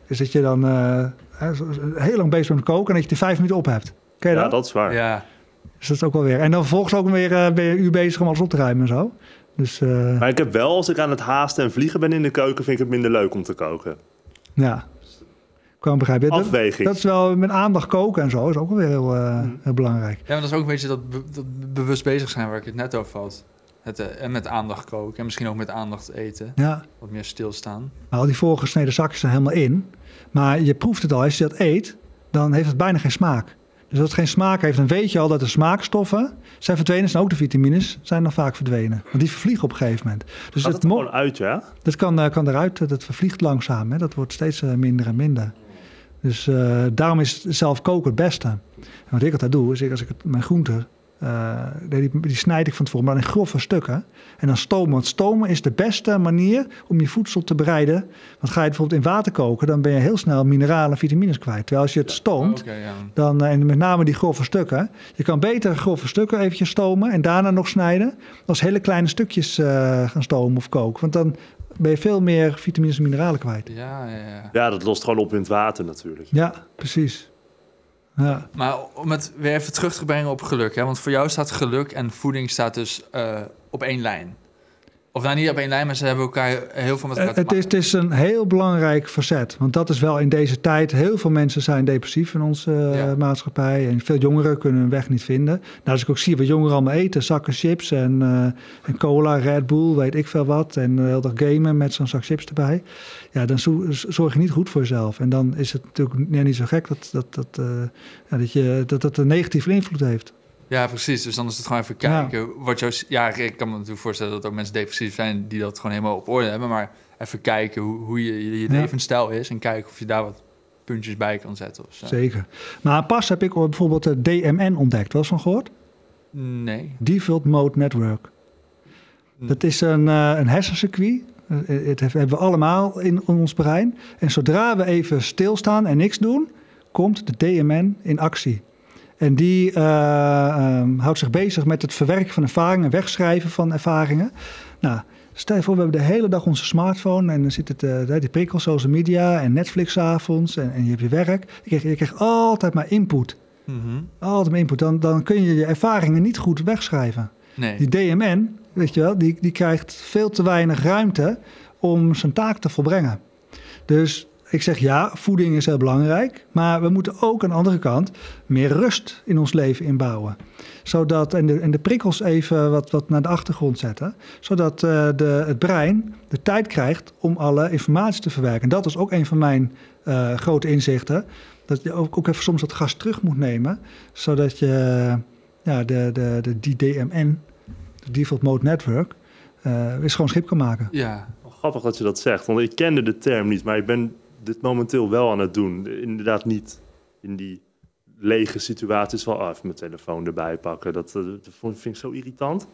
is dat je dan uh, heel lang bezig bent met koken... en dat je er vijf minuten op hebt. Ken je Ja, dat? dat is waar. Ja. Dus dat is ook wel weer. En dan vervolgens ook weer uh, ben je een uur bezig om alles op te ruimen en zo. Dus, uh, Maar ik heb wel, als ik aan het haasten en vliegen ben in de keuken... vind ik het minder leuk om te koken. ja, ik kan begrijpen. Dat, Afweging. dat is wel met aandacht koken en zo. Is ook wel weer heel, uh, Hmm. heel belangrijk. Ja, maar dat is ook een beetje dat, be- dat bewust bezig zijn waar ik het net over had. Het, uh, en met aandacht koken en misschien ook met aandacht eten. Ja. Wat meer stilstaan. Maar al die voorgesneden zakjes zijn helemaal in. Maar je proeft het al. Als je dat eet, dan heeft het bijna geen smaak. Dus als het geen smaak heeft, dan weet je al dat de smaakstoffen zijn verdwenen. En ook de vitamines zijn dan vaak verdwenen. Want die vervliegen op een gegeven moment. Dus Gaat het het mo- gewoon uit, ja? dat kan, uh, kan eruit. Dat vervliegt langzaam. Hè. Dat wordt steeds uh, minder en minder. Dus uh, daarom is zelf koken het beste. En wat ik altijd doe, is ik, als ik het, mijn groenten... Uh, die, die snijd ik van tevoren, maar dan in grove stukken. En dan stomen. Want stomen is de beste manier om je voedsel te bereiden. Want ga je bijvoorbeeld in water koken, dan ben je heel snel mineralen en vitamines kwijt. Terwijl als je het stoomt, Oh, okay, ja. dan, uh, en met name die grove stukken. Je kan beter grove stukken eventjes stomen en daarna nog snijden. Als hele kleine stukjes uh, gaan stomen of koken. Want dan ben je veel meer vitamines en mineralen kwijt. Ja, ja, ja. Ja, dat lost gewoon op in het water natuurlijk. Ja, precies. Ja. Maar om het weer even terug te brengen op geluk. Hè? Want voor jou staat geluk en voeding staat dus uh, op één lijn. Of nou niet op één lijn, maar ze hebben elkaar heel veel met elkaar te Het is, het is een heel belangrijk facet. Want dat is wel in deze tijd... Heel veel mensen zijn depressief in onze uh, Ja. maatschappij. En veel jongeren kunnen hun weg niet vinden. Nou, als ik ook zie wat jongeren allemaal eten. Zakken chips en, uh, en cola, Red Bull, weet ik veel wat. En uh, heel dag gamen met zo'n zak chips erbij. Ja, dan zo, zorg je niet goed voor jezelf. En dan is het natuurlijk ja, niet zo gek dat dat, dat, uh, ja, dat, je, dat, dat een negatieve invloed heeft. Ja, precies. Dus dan is het gewoon even kijken. Ja. Wat jou, ja, ik kan me natuurlijk voorstellen dat er ook mensen depressief zijn die dat gewoon helemaal op orde hebben. Maar even kijken hoe, hoe je, je levensstijl is en kijken of je daar wat puntjes bij kan zetten. Of zo. Zeker. Maar pas heb ik bijvoorbeeld de D M N ontdekt. Wel eens van gehoord? Nee. Default Mode Network. Hm. Dat is een, uh, een hersencircuit. Het hebben we allemaal in ons brein. En zodra we even stilstaan en niks doen, komt de D M N in actie. En die uh, um, houdt zich bezig met het verwerken van ervaringen, wegschrijven van ervaringen. Nou, stel je voor, we hebben de hele dag onze smartphone en dan zit het, uh, die prikkels, social media en Netflix 's avonds en, en je hebt je werk. Je krijgt, je krijgt altijd maar input. Mm-hmm. Altijd maar input. Dan, dan kun je je ervaringen niet goed wegschrijven. Nee. Die D M N, weet je wel, die, die krijgt veel te weinig ruimte om zijn taak te volbrengen. Dus ik zeg ja, voeding is heel belangrijk. Maar we moeten ook aan de andere kant meer rust in ons leven inbouwen. Zodat, en de, en de prikkels even wat, wat naar de achtergrond zetten. Zodat uh, de, het brein de tijd krijgt om alle informatie te verwerken. En dat is ook een van mijn uh, grote inzichten. Dat je ook, ook even soms dat gas terug moet nemen. Zodat je ja, de, de, de, die D M N, de Default Mode Network, uh, weer schoon schip kan maken. Ja. Grappig dat je dat zegt, want ik kende de term niet, maar ik ben dit momenteel wel aan het doen. Inderdaad niet in die lege situaties van oh, even mijn telefoon erbij pakken. Dat, dat vind ik zo irritant.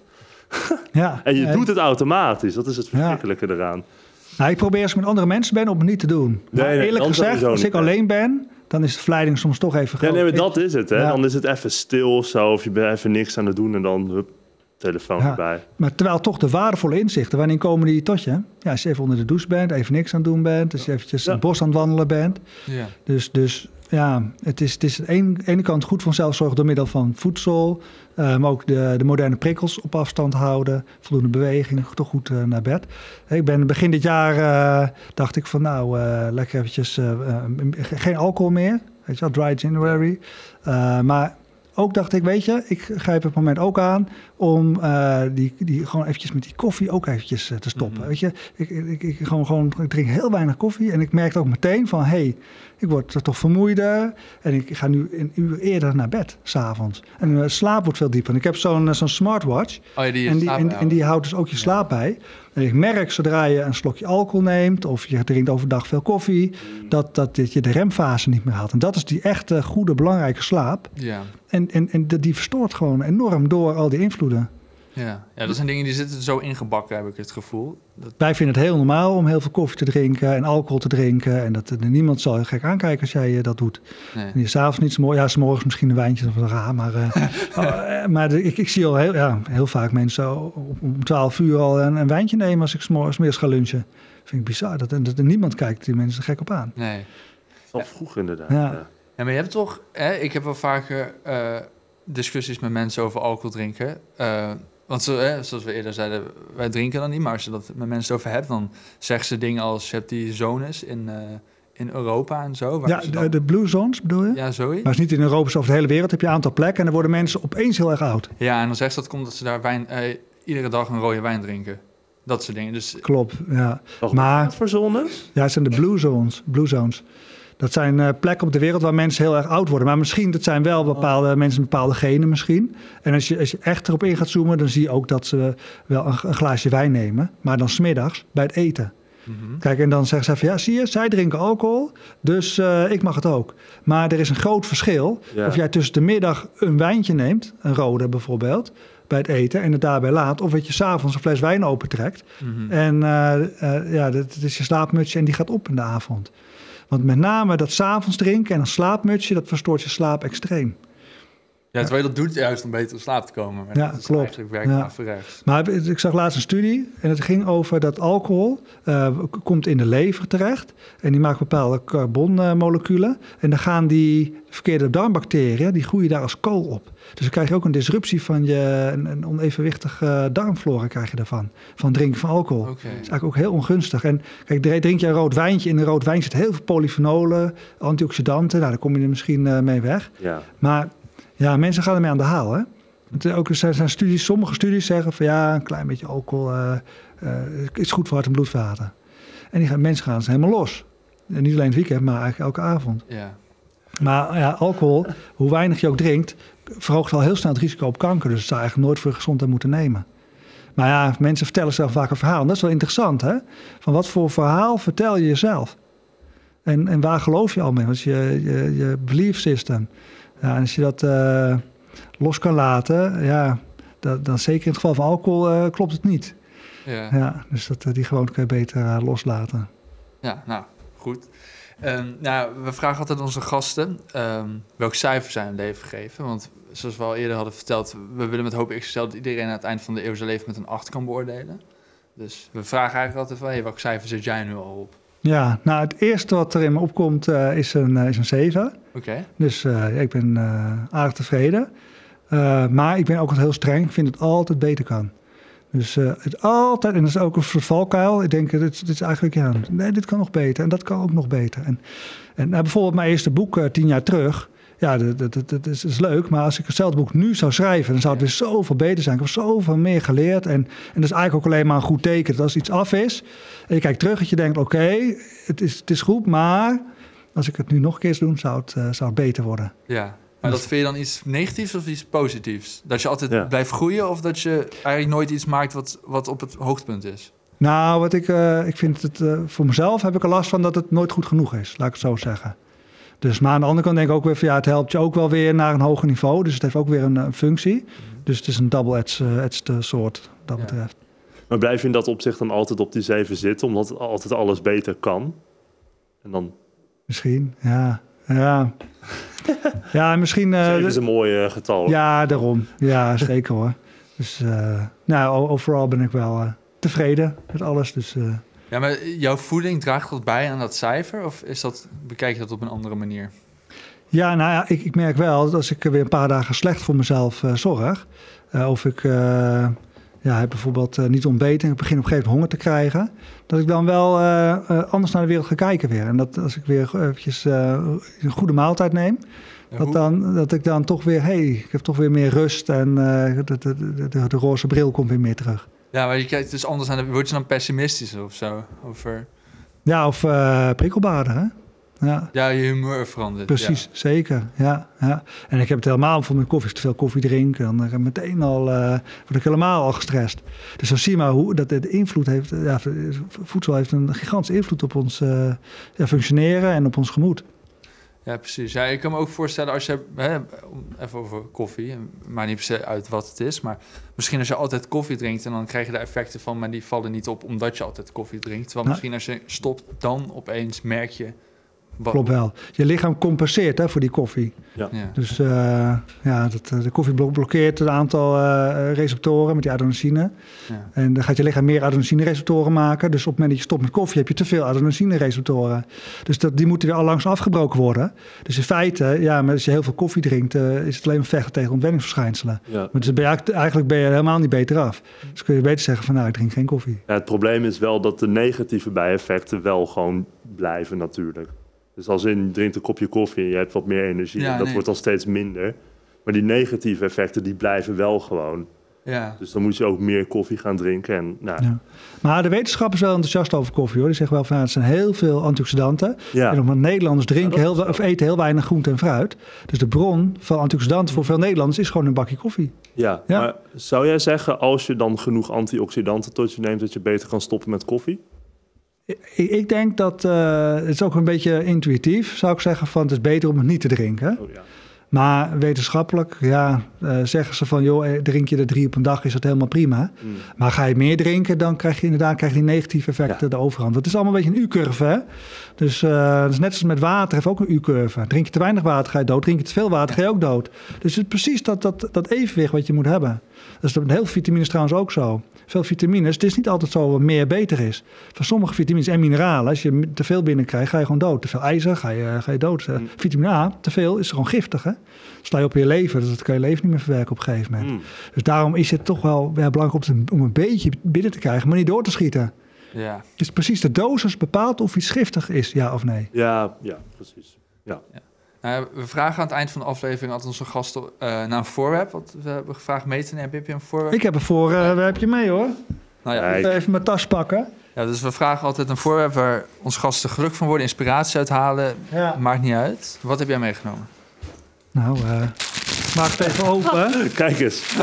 Ja, en je ja, doet het automatisch, dat is het verschrikkelijke ja. eraan. Nou, ik probeer als ik met andere mensen ben om het niet te doen. Maar nee, nee, eerlijk gezegd, als ik niet, alleen ben, dan is de verleiding soms toch even groot. Ja, nee, maar dat is het. Hè? Ja. Dan is het even stil of zo, of je bent even niks aan het doen en dan hup, telefoon ja. erbij. Maar terwijl toch de waardevolle inzichten, wanneer komen die tot je? Ja, als je even onder de douche bent, even niks aan het doen bent, als je eventjes ja. het bos aan het wandelen bent. Ja. Dus, dus ja, het is, het is aan de ene, ene kant goed voor zelfzorg door middel van voedsel, uh, maar ook de, de moderne prikkels op afstand houden, voldoende beweging, toch goed uh, naar bed. Ik ben begin dit jaar, uh, dacht ik van nou, uh, lekker eventjes, uh, uh, geen alcohol meer, weet je wel, dry January. Uh, maar ook dacht ik, weet je, ik grijp het moment ook aan om uh, die, die gewoon eventjes met die koffie ook eventjes uh, te stoppen. Mm-hmm. Weet je, ik, ik, ik, gewoon, gewoon, ik drink heel weinig koffie en ik merkte ook meteen van, hé, hey, ik word toch vermoeider en ik ga nu een uur eerder naar bed, 's avonds. En de slaap wordt veel dieper. En ik heb zo'n, zo'n smartwatch oh ja, die en, die, en, en die houdt dus ook je slaap ja. bij. En ik merk zodra je een slokje alcohol neemt of je drinkt overdag veel koffie, mm. dat, dat je de remfase niet meer haalt. En dat is die echte, goede, belangrijke slaap. Ja. En, en, en die verstoort gewoon enorm door al die invloeden. Ja. ja, dat zijn dingen die zitten zo ingebakken, heb ik het gevoel. Dat... Wij vinden het heel normaal om heel veel koffie te drinken en alcohol te drinken. En dat er niemand zal je gek aankijken als jij dat doet. Nee. En je s'avonds niet, ja, 's morgens misschien een wijntje of raar. Maar, uh, oh, maar de, ik, ik zie al heel, ja, heel vaak mensen om twaalf uur al een, een wijntje nemen als ik 's morgens meer ga lunchen. Vind ik bizar dat, dat er niemand kijkt, die mensen er gek op aan. Nee. Wel Ja. vroeg inderdaad. Ja. Ja. Ja, maar je hebt toch... Hè, ik heb wel vaker eh, discussies met mensen over alcohol drinken. Uh, want zo, hè, zoals we eerder zeiden, wij drinken dan niet. Maar als je dat met mensen over hebt, dan zeggen ze dingen als... Je hebt die zones in, uh, in Europa en zo. Waar Ja, ze de, dan, de Blue Zones bedoel je? ja, zoiets. Maar het is niet in Europa, het is over de hele wereld. Heb je een aantal plekken en dan worden mensen opeens heel erg oud. Ja, en dan zegt ze dat komt dat ze daar wijn, eh, iedere dag een rode wijn drinken. Dat soort dingen. Dus Klopt, ja. Wacht, Maar- wat voor zones? Ja, het zijn de Blue Zones. Blue Zones. Dat zijn uh, plekken op de wereld waar mensen heel erg oud worden. Maar misschien, dat zijn wel bepaalde mensen met bepaalde genen misschien. En als je, als je echt erop in gaat zoomen, dan zie je ook dat ze wel een, een glaasje wijn nemen. Maar dan 's middags bij het eten. mm-hmm. Kijk, en dan zeggen ze van, ja, zie je, zij drinken alcohol, dus uh, ik mag het ook. Maar er is een groot verschil. Ja. Of jij tussen de middag een wijntje neemt, een rode bijvoorbeeld, bij het eten en het daarbij laat. Of dat je 's avonds een fles wijn opentrekt. Mm-hmm. En uh, uh, ja, dat, dat is je slaapmutsje en die gaat op in de avond. Want met name dat 's avonds drinken en een slaapmutsje, dat verstoort je slaap extreem. Ja, terwijl je dat doet juist om beter in slaap te komen. Maar Ja, dat is klopt. eigenlijk werkt Ja. averechts. Maar ik zag laatst een studie en het ging over dat alcohol uh, komt in de lever terecht. En die maakt bepaalde carbonmoleculen. En dan gaan die verkeerde darmbacteriën, die groeien daar als kool op. Dus dan krijg je ook een disruptie van je, een, een onevenwichtige darmflora krijg je daarvan. Van het drinken van alcohol. Oké. Dat is eigenlijk ook heel ongunstig. En kijk, drink je een rood wijntje. In een rood wijn zit heel veel polyfenolen, antioxidanten. Nou, daar kom je er misschien uh, mee weg. Ja. Maar ja, mensen gaan ermee aan de haal, hè? Want ook er zijn studies, sommige studies zeggen van ja, een klein beetje alcohol uh, uh, is goed voor hart- en bloedvaten. En die gaan, mensen gaan ze helemaal los. En niet alleen het weekend, maar eigenlijk elke avond. Ja. Maar ja, alcohol, hoe weinig je ook drinkt, verhoogt al heel snel het risico op kanker. Dus het zou eigenlijk nooit voor je gezondheid moeten nemen. Maar ja, mensen vertellen zelf vaak een verhaal. En dat is wel interessant, hè? Van wat voor verhaal vertel je jezelf? En, en waar geloof je al mee? Wat is je, je, je belief system? Ja, en als je dat uh, los kan laten, ja, dat, dan zeker in het geval van alcohol uh, klopt het niet. Ja. Ja, dus dat, uh, die gewoonte kun je beter uh, loslaten. Ja, nou, goed. Um, nou, we vragen altijd onze gasten um, welk cijfer zij hun leven geven. Want zoals we al eerder hadden verteld, we willen met Hoop X L dat iedereen aan het eind van de eeuw zijn leven met een acht kan beoordelen. Dus we vragen eigenlijk altijd van, hey, welk cijfer zit jij nu al op? Ja, nou het eerste wat er in me opkomt uh, is, een, uh, is een zeven. Oké. Okay. Dus uh, ja, ik ben uh, aardig tevreden. Uh, maar ik ben ook altijd heel streng. Ik vind dat het altijd beter kan. Dus uh, het altijd, en dat is ook een soort valkuil. Ik denk, dit, dit is eigenlijk, ja, nee, dit kan nog beter. En dat kan ook nog beter. En, en nou, bijvoorbeeld mijn eerste boek, uh, tien jaar terug. Ja, dat, dat, dat, dat, is, dat is leuk. Maar als ik hetzelfde boek nu zou schrijven, dan zou het weer zoveel beter zijn. Ik heb zoveel meer geleerd. En, en dat is eigenlijk ook alleen maar een goed teken. Dat als iets af is, en je kijkt terug dat je denkt, oké, okay, het, is, het is goed. Maar als ik het nu nog een keer zou doen, zou het, uh, zou het beter worden. Ja. Maar dat vind je dan iets negatiefs of iets positiefs? Dat je altijd ja. blijft groeien of dat je eigenlijk nooit iets maakt wat, wat op het hoogtepunt is? Nou, wat ik, uh, ik vind het uh, voor mezelf heb ik er last van dat het nooit goed genoeg is, laat ik het zo zeggen. Dus, maar aan de andere kant denk ik ook weer van ja, het helpt je ook wel weer naar een hoger niveau. Dus het heeft ook weer een, een functie. Mm-hmm. Dus het is een double-edged uh, soort, dat ja. betreft. Maar blijf je in dat opzicht dan altijd op die zeven zitten, omdat altijd alles beter kan? En dan... Misschien, ja. Ja, ja misschien... Uh, zeven is een mooi uh, getal. Ja, daarom. Ja, zeker hoor. Dus uh, nou, overal ben ik wel uh, tevreden met alles. Dus, uh... Ja, maar jouw voeding, draagt dat bij aan dat cijfer? Of is dat, bekijk je dat op een andere manier? Ja, nou ja, ik, ik merk wel dat als ik weer een paar dagen slecht voor mezelf uh, zorg... Uh, of ik... Uh, Ja, heb bijvoorbeeld uh, niet ontbeten en ik begin op een gegeven moment honger te krijgen. Dat ik dan wel uh, uh, anders naar de wereld ga kijken weer. En dat als ik weer eventjes uh, een goede maaltijd neem, ja, dat, dan, dat ik dan toch weer, hé, hey, ik heb toch weer meer rust en uh, de, de, de, de, de roze bril komt weer meer terug. Ja, maar je kijkt dus anders aan de, word je dan pessimistisch of zo? Over... Ja, of uh, prikkelbaarder, hè? Ja. ja, je humeur verandert. Precies, ja. zeker. Ja, ja. En ik heb het helemaal voor mijn koffie. Als ik te veel koffie drink, dan uh, meteen al, uh, word ik helemaal al gestrest. Dus dan zie je maar hoe dat de invloed heeft. Ja, voedsel heeft een gigantische invloed op ons uh, ja, functioneren en op ons gemoed. Ja, precies. Ja, ik kan me ook voorstellen als je, hè, even over koffie, maar niet per se uit wat het is, maar misschien als je altijd koffie drinkt en dan krijg je de effecten van, maar die vallen niet op omdat je altijd koffie drinkt. Terwijl nou, misschien als je stopt, dan opeens merk je Wat- Klopt wel. Je lichaam compenseert hè, voor die koffie. Ja. Dus uh, ja, dat, de koffie blok- blokkeert een aantal uh, receptoren met die adenosine. Ja. En dan gaat je lichaam meer adenosine-receptoren maken. Dus op het moment dat je stopt met koffie heb je te veel adenosine-receptoren. Dus dat, die moeten weer al langs afgebroken worden. Dus in feite, ja, maar als je heel veel koffie drinkt, uh, is het alleen maar vechten tegen ontwenningsverschijnselen. Ja. Maar dus ben je, eigenlijk ben je helemaal niet beter af. Dus kun je beter zeggen van nou, ik drink geen koffie. Ja, het probleem is wel dat de negatieve bijeffecten wel gewoon blijven natuurlijk. Dus als je drinkt een kopje koffie en je hebt wat meer energie, Ja, en dat nee. wordt al steeds minder. Maar die negatieve effecten die blijven wel gewoon. Ja. Dus dan moet je ook meer koffie gaan drinken. En, nou, Ja. Maar de wetenschap is wel enthousiast over koffie hoor. Die zeggen wel van ja, het zijn heel veel antioxidanten. ja. En omdat Nederlanders drinken Ja, heel, dat is of eten heel weinig groente en fruit. Dus de bron van antioxidanten voor veel Nederlanders is gewoon een bakje koffie. Ja, Ja. maar zou jij zeggen, als je dan genoeg antioxidanten tot je neemt, dat je beter kan stoppen met koffie? Ik, ik denk dat, uh, het is ook een beetje intuïtief, zou ik zeggen, van het is beter om het niet te drinken. Oh, ja. Maar wetenschappelijk, ja, uh, zeggen ze van joh, drink je er drie op een dag, is dat helemaal prima. Mm. Maar ga je meer drinken, dan krijg je inderdaad krijg je die negatieve effecten Ja. de overhand. Dat is allemaal een beetje een U-curve, hè? Dus uh, dat is net als met water, heeft ook een U-curve. Drink je te weinig water, ga je dood. Drink je te veel water, ga je ook dood. Dus het is precies dat, dat, dat evenwicht wat je moet hebben. Dat is met heel veel vitamines trouwens ook zo. Veel vitamines, het is niet altijd zo wat meer beter is. Van sommige vitamines en mineralen, als je te veel binnenkrijgt, ga je gewoon dood. Te veel ijzer, ga je, ga je dood. Mm. Vitamine A, te veel, is gewoon giftig, hè? Sla je op je lever, dus dat kan je lever niet meer verwerken op een gegeven moment. Mm. Dus daarom is het toch wel ja, belangrijk om, te, om een beetje binnen te krijgen, maar niet door te schieten. Ja. Dus precies de dosis bepaalt of iets giftig is, ja of nee. Ja, ja, precies. Ja. Nou, we vragen aan het eind van de aflevering altijd onze gasten uh, naar een voorwerp. Wat we hebben gevraagd mee te nemen. Heb je een voorwerp? Ik heb er voor, uh, waar heb je mee hoor? Nou ja, Kijk. Even mijn tas pakken. ja, dus we vragen altijd een voorwerp waar onze gasten geluk van worden, inspiratie uithalen. Ja. Maakt niet uit. Wat heb jij meegenomen? Nou, uh, maak het even open. Kijk eens.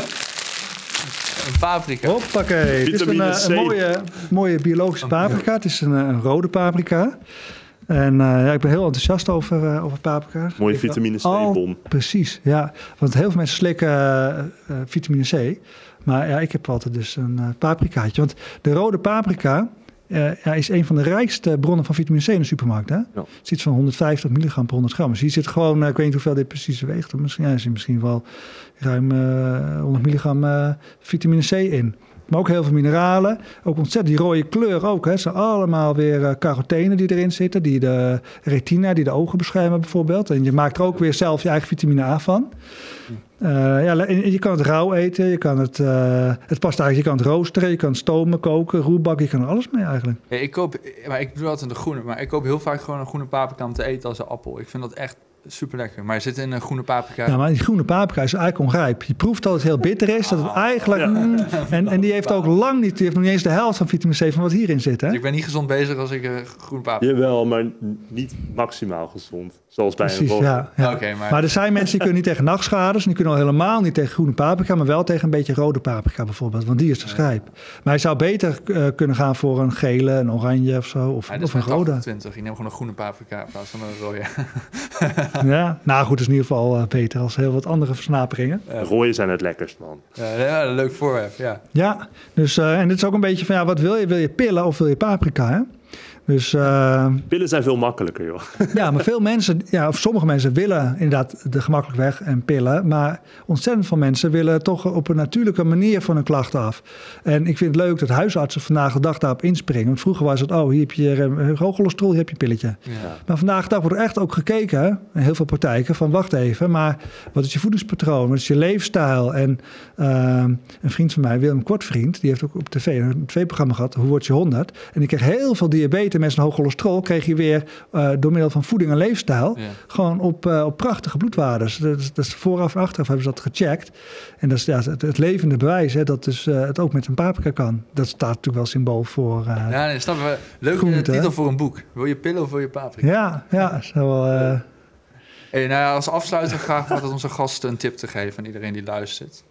Een paprika. Hoppakee. Het is een, Vitamine uh, C. een mooie, mooie biologische paprika. Het is een, uh, een rode paprika. En uh, ja, ik ben heel enthousiast over, uh, over paprika. Mooie Ik- vitamine Oh, C-bom. precies, ja. Want heel veel mensen slikken uh, uh, vitamine C. Maar ja, ik heb altijd dus een uh, paprikaatje. Want de rode paprika uh, ja, is een van de rijkste bronnen van vitamine C in de supermarkt. Hè? Ja. Het is iets van honderdvijftig milligram per honderd gram. Dus hier zit gewoon, uh, ik weet niet hoeveel dit precies weegt. Misschien, ja, er zit misschien wel ruim uh, honderd milligram uh, vitamine C in. Maar ook heel veel mineralen. Ook ontzettend die rode kleur ook. Hè. Het zijn allemaal weer uh, carotenen die erin zitten. Die de retina, die de ogen beschermen bijvoorbeeld. En je maakt er ook weer zelf je eigen vitamine A van. Uh, ja, je kan het rauw eten. Je kan het, uh, het past eigenlijk. Je kan het roosteren. Je kan het stomen, koken, roerbakken. Je kan er alles mee eigenlijk. Ja, ik koop, maar ik doe altijd een groene. Maar ik koop heel vaak gewoon een groene paprika om te eten als een appel. Ik vind dat echt super lekker. Maar er zit in een groene paprika. Ja, maar die groene paprika is eigenlijk onrijp. Je proeft dat het heel bitter is. Dat het eigenlijk... Ja. Mm, en, en die heeft ook lang niet... Die heeft nog niet eens de helft van vitamine C van wat hierin zit. Hè? Dus ik ben niet gezond bezig als ik uh, groene paprika... Jawel, maar niet maximaal gezond. Zoals bij Precies, een rode. ja. ja. Oké, maar... Maar er zijn mensen die kunnen niet tegen nachtschades. En die kunnen al helemaal niet tegen groene paprika. Maar wel tegen een beetje rode paprika bijvoorbeeld. Want die is dus rijp. Maar je zou beter uh, kunnen gaan voor een gele, een oranje of zo. Of, Ja, dat of is een mijn rode. achtentwintig. Je neemt gewoon een groene paprika in plaats van een rode. Ja, nou goed, dat is in ieder geval uh, beter als heel wat andere versnaperingen. De rode zijn het lekkerst, man. Ja, ja, een leuk voorwerp, ja. Ja, dus, uh, en dit is ook een beetje van ja, wat wil je? Wil je pillen of wil je paprika? Hè? Dus uh, Pillen zijn veel makkelijker, joh. ja, maar veel mensen, ja, of sommige mensen willen inderdaad de gemakkelijk weg en pillen. Maar ontzettend veel mensen willen toch op een natuurlijke manier van hun klachten af. En ik vind het leuk dat huisartsen vandaag de dag daarop inspringen. Want vroeger was het, oh, hier heb je uh, hoog cholesterol, hier heb je een pilletje. ja. Maar vandaag de dag wordt er echt ook gekeken, in heel veel praktijken, van wacht even, maar wat is je voedingspatroon, wat is je leefstijl? En uh, een vriend van mij, Willem Kortvriend, die heeft ook op tv een tv-programma gehad, Hoe word je honderd? En die kreeg heel veel diabetes, mensen een hoog cholesterol, kreeg je weer uh, door middel van voeding en leefstijl, Ja. gewoon op, uh, op prachtige bloedwaardes. Dat is, dat is vooraf en achteraf hebben ze dat gecheckt. En dat is ja, het, het levende bewijs, hè, dat dus, uh, het ook met een paprika kan. Dat staat natuurlijk wel symbool voor... Uh, Ja, nee, snap je. Leuke Groente, titel hè? voor een boek. Wil je pillen of wil je paprika? ja, ja, zo wel... Uh, Hey, nou ja, als afsluiter graag altijd onze gasten een tip te geven aan iedereen die luistert.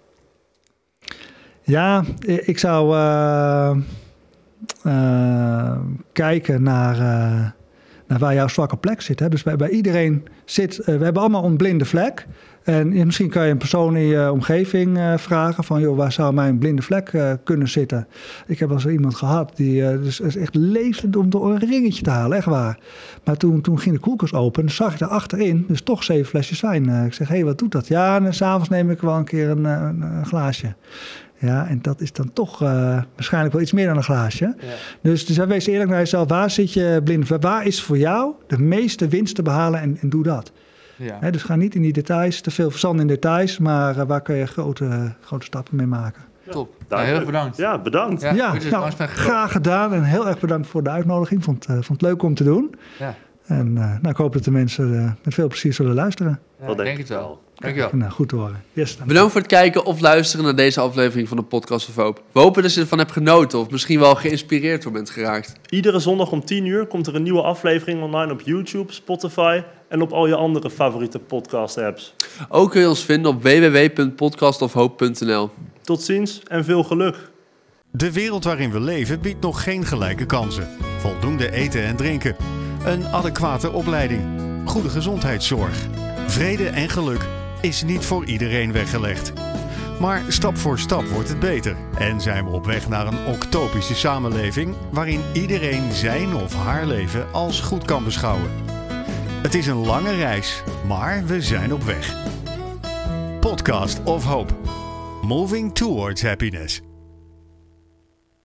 Ja, ik zou uh, uh, kijken naar, uh, naar waar jouw zwakke plek zit. Hè. Dus bij, bij iedereen zit, uh, we hebben allemaal een blinde vlek. En ja, misschien kan je een persoon in je omgeving uh, vragen van, joh, waar zou mijn blinde vlek uh, kunnen zitten? Ik heb wel eens iemand gehad die uh, dus echt leefde om door een ringetje te halen, echt waar. Maar toen, toen ging de koelkast open en zag ik daar achterin dus toch zeven flesjes wijn. Uh, ik zeg, hé, hey, wat doet dat? Ja, en 's avonds neem ik wel een keer een, een, een glaasje. Ja, en dat is dan toch uh, waarschijnlijk wel iets meer dan een glaasje. Ja. Dus, dus wees eerlijk naar jezelf. Waar zit je blind? Waar is voor jou de meeste winst te behalen en, en doe dat. Ja. He, dus ga niet in die details, te veel verstand in details, maar uh, waar kun je grote, grote stappen mee maken. Ja. Top. Nou, heel erg bedankt. Ja, bedankt. Ja, ja nou, graag gedaan en heel erg bedankt voor de uitnodiging. Vond, uh, vond het leuk om te doen. Ja. En uh, nou, ik hoop dat de mensen uh, met veel plezier zullen luisteren. Ja, ik denk het wel. Dankjewel. Nou, goed te horen. Yes, Bedankt voor het kijken of luisteren naar deze aflevering van de Podcast of Hope. We hopen dat je ervan hebt genoten of misschien wel geïnspireerd door bent geraakt. Iedere zondag om tien uur komt er een nieuwe aflevering online op YouTube, Spotify en op al je andere favoriete podcast-apps. Ook kun je ons vinden op w w w punt podcast of hope punt n l. Tot ziens en veel geluk. De wereld waarin we leven biedt nog geen gelijke kansen. Voldoende eten en drinken. Een adequate opleiding. Goede gezondheidszorg. Vrede en geluk is niet voor iedereen weggelegd. Maar stap voor stap wordt het beter. En zijn we op weg naar een octopische samenleving waarin iedereen zijn of haar leven als goed kan beschouwen. Het is een lange reis, maar we zijn op weg. Podcast of Hope. Moving towards happiness.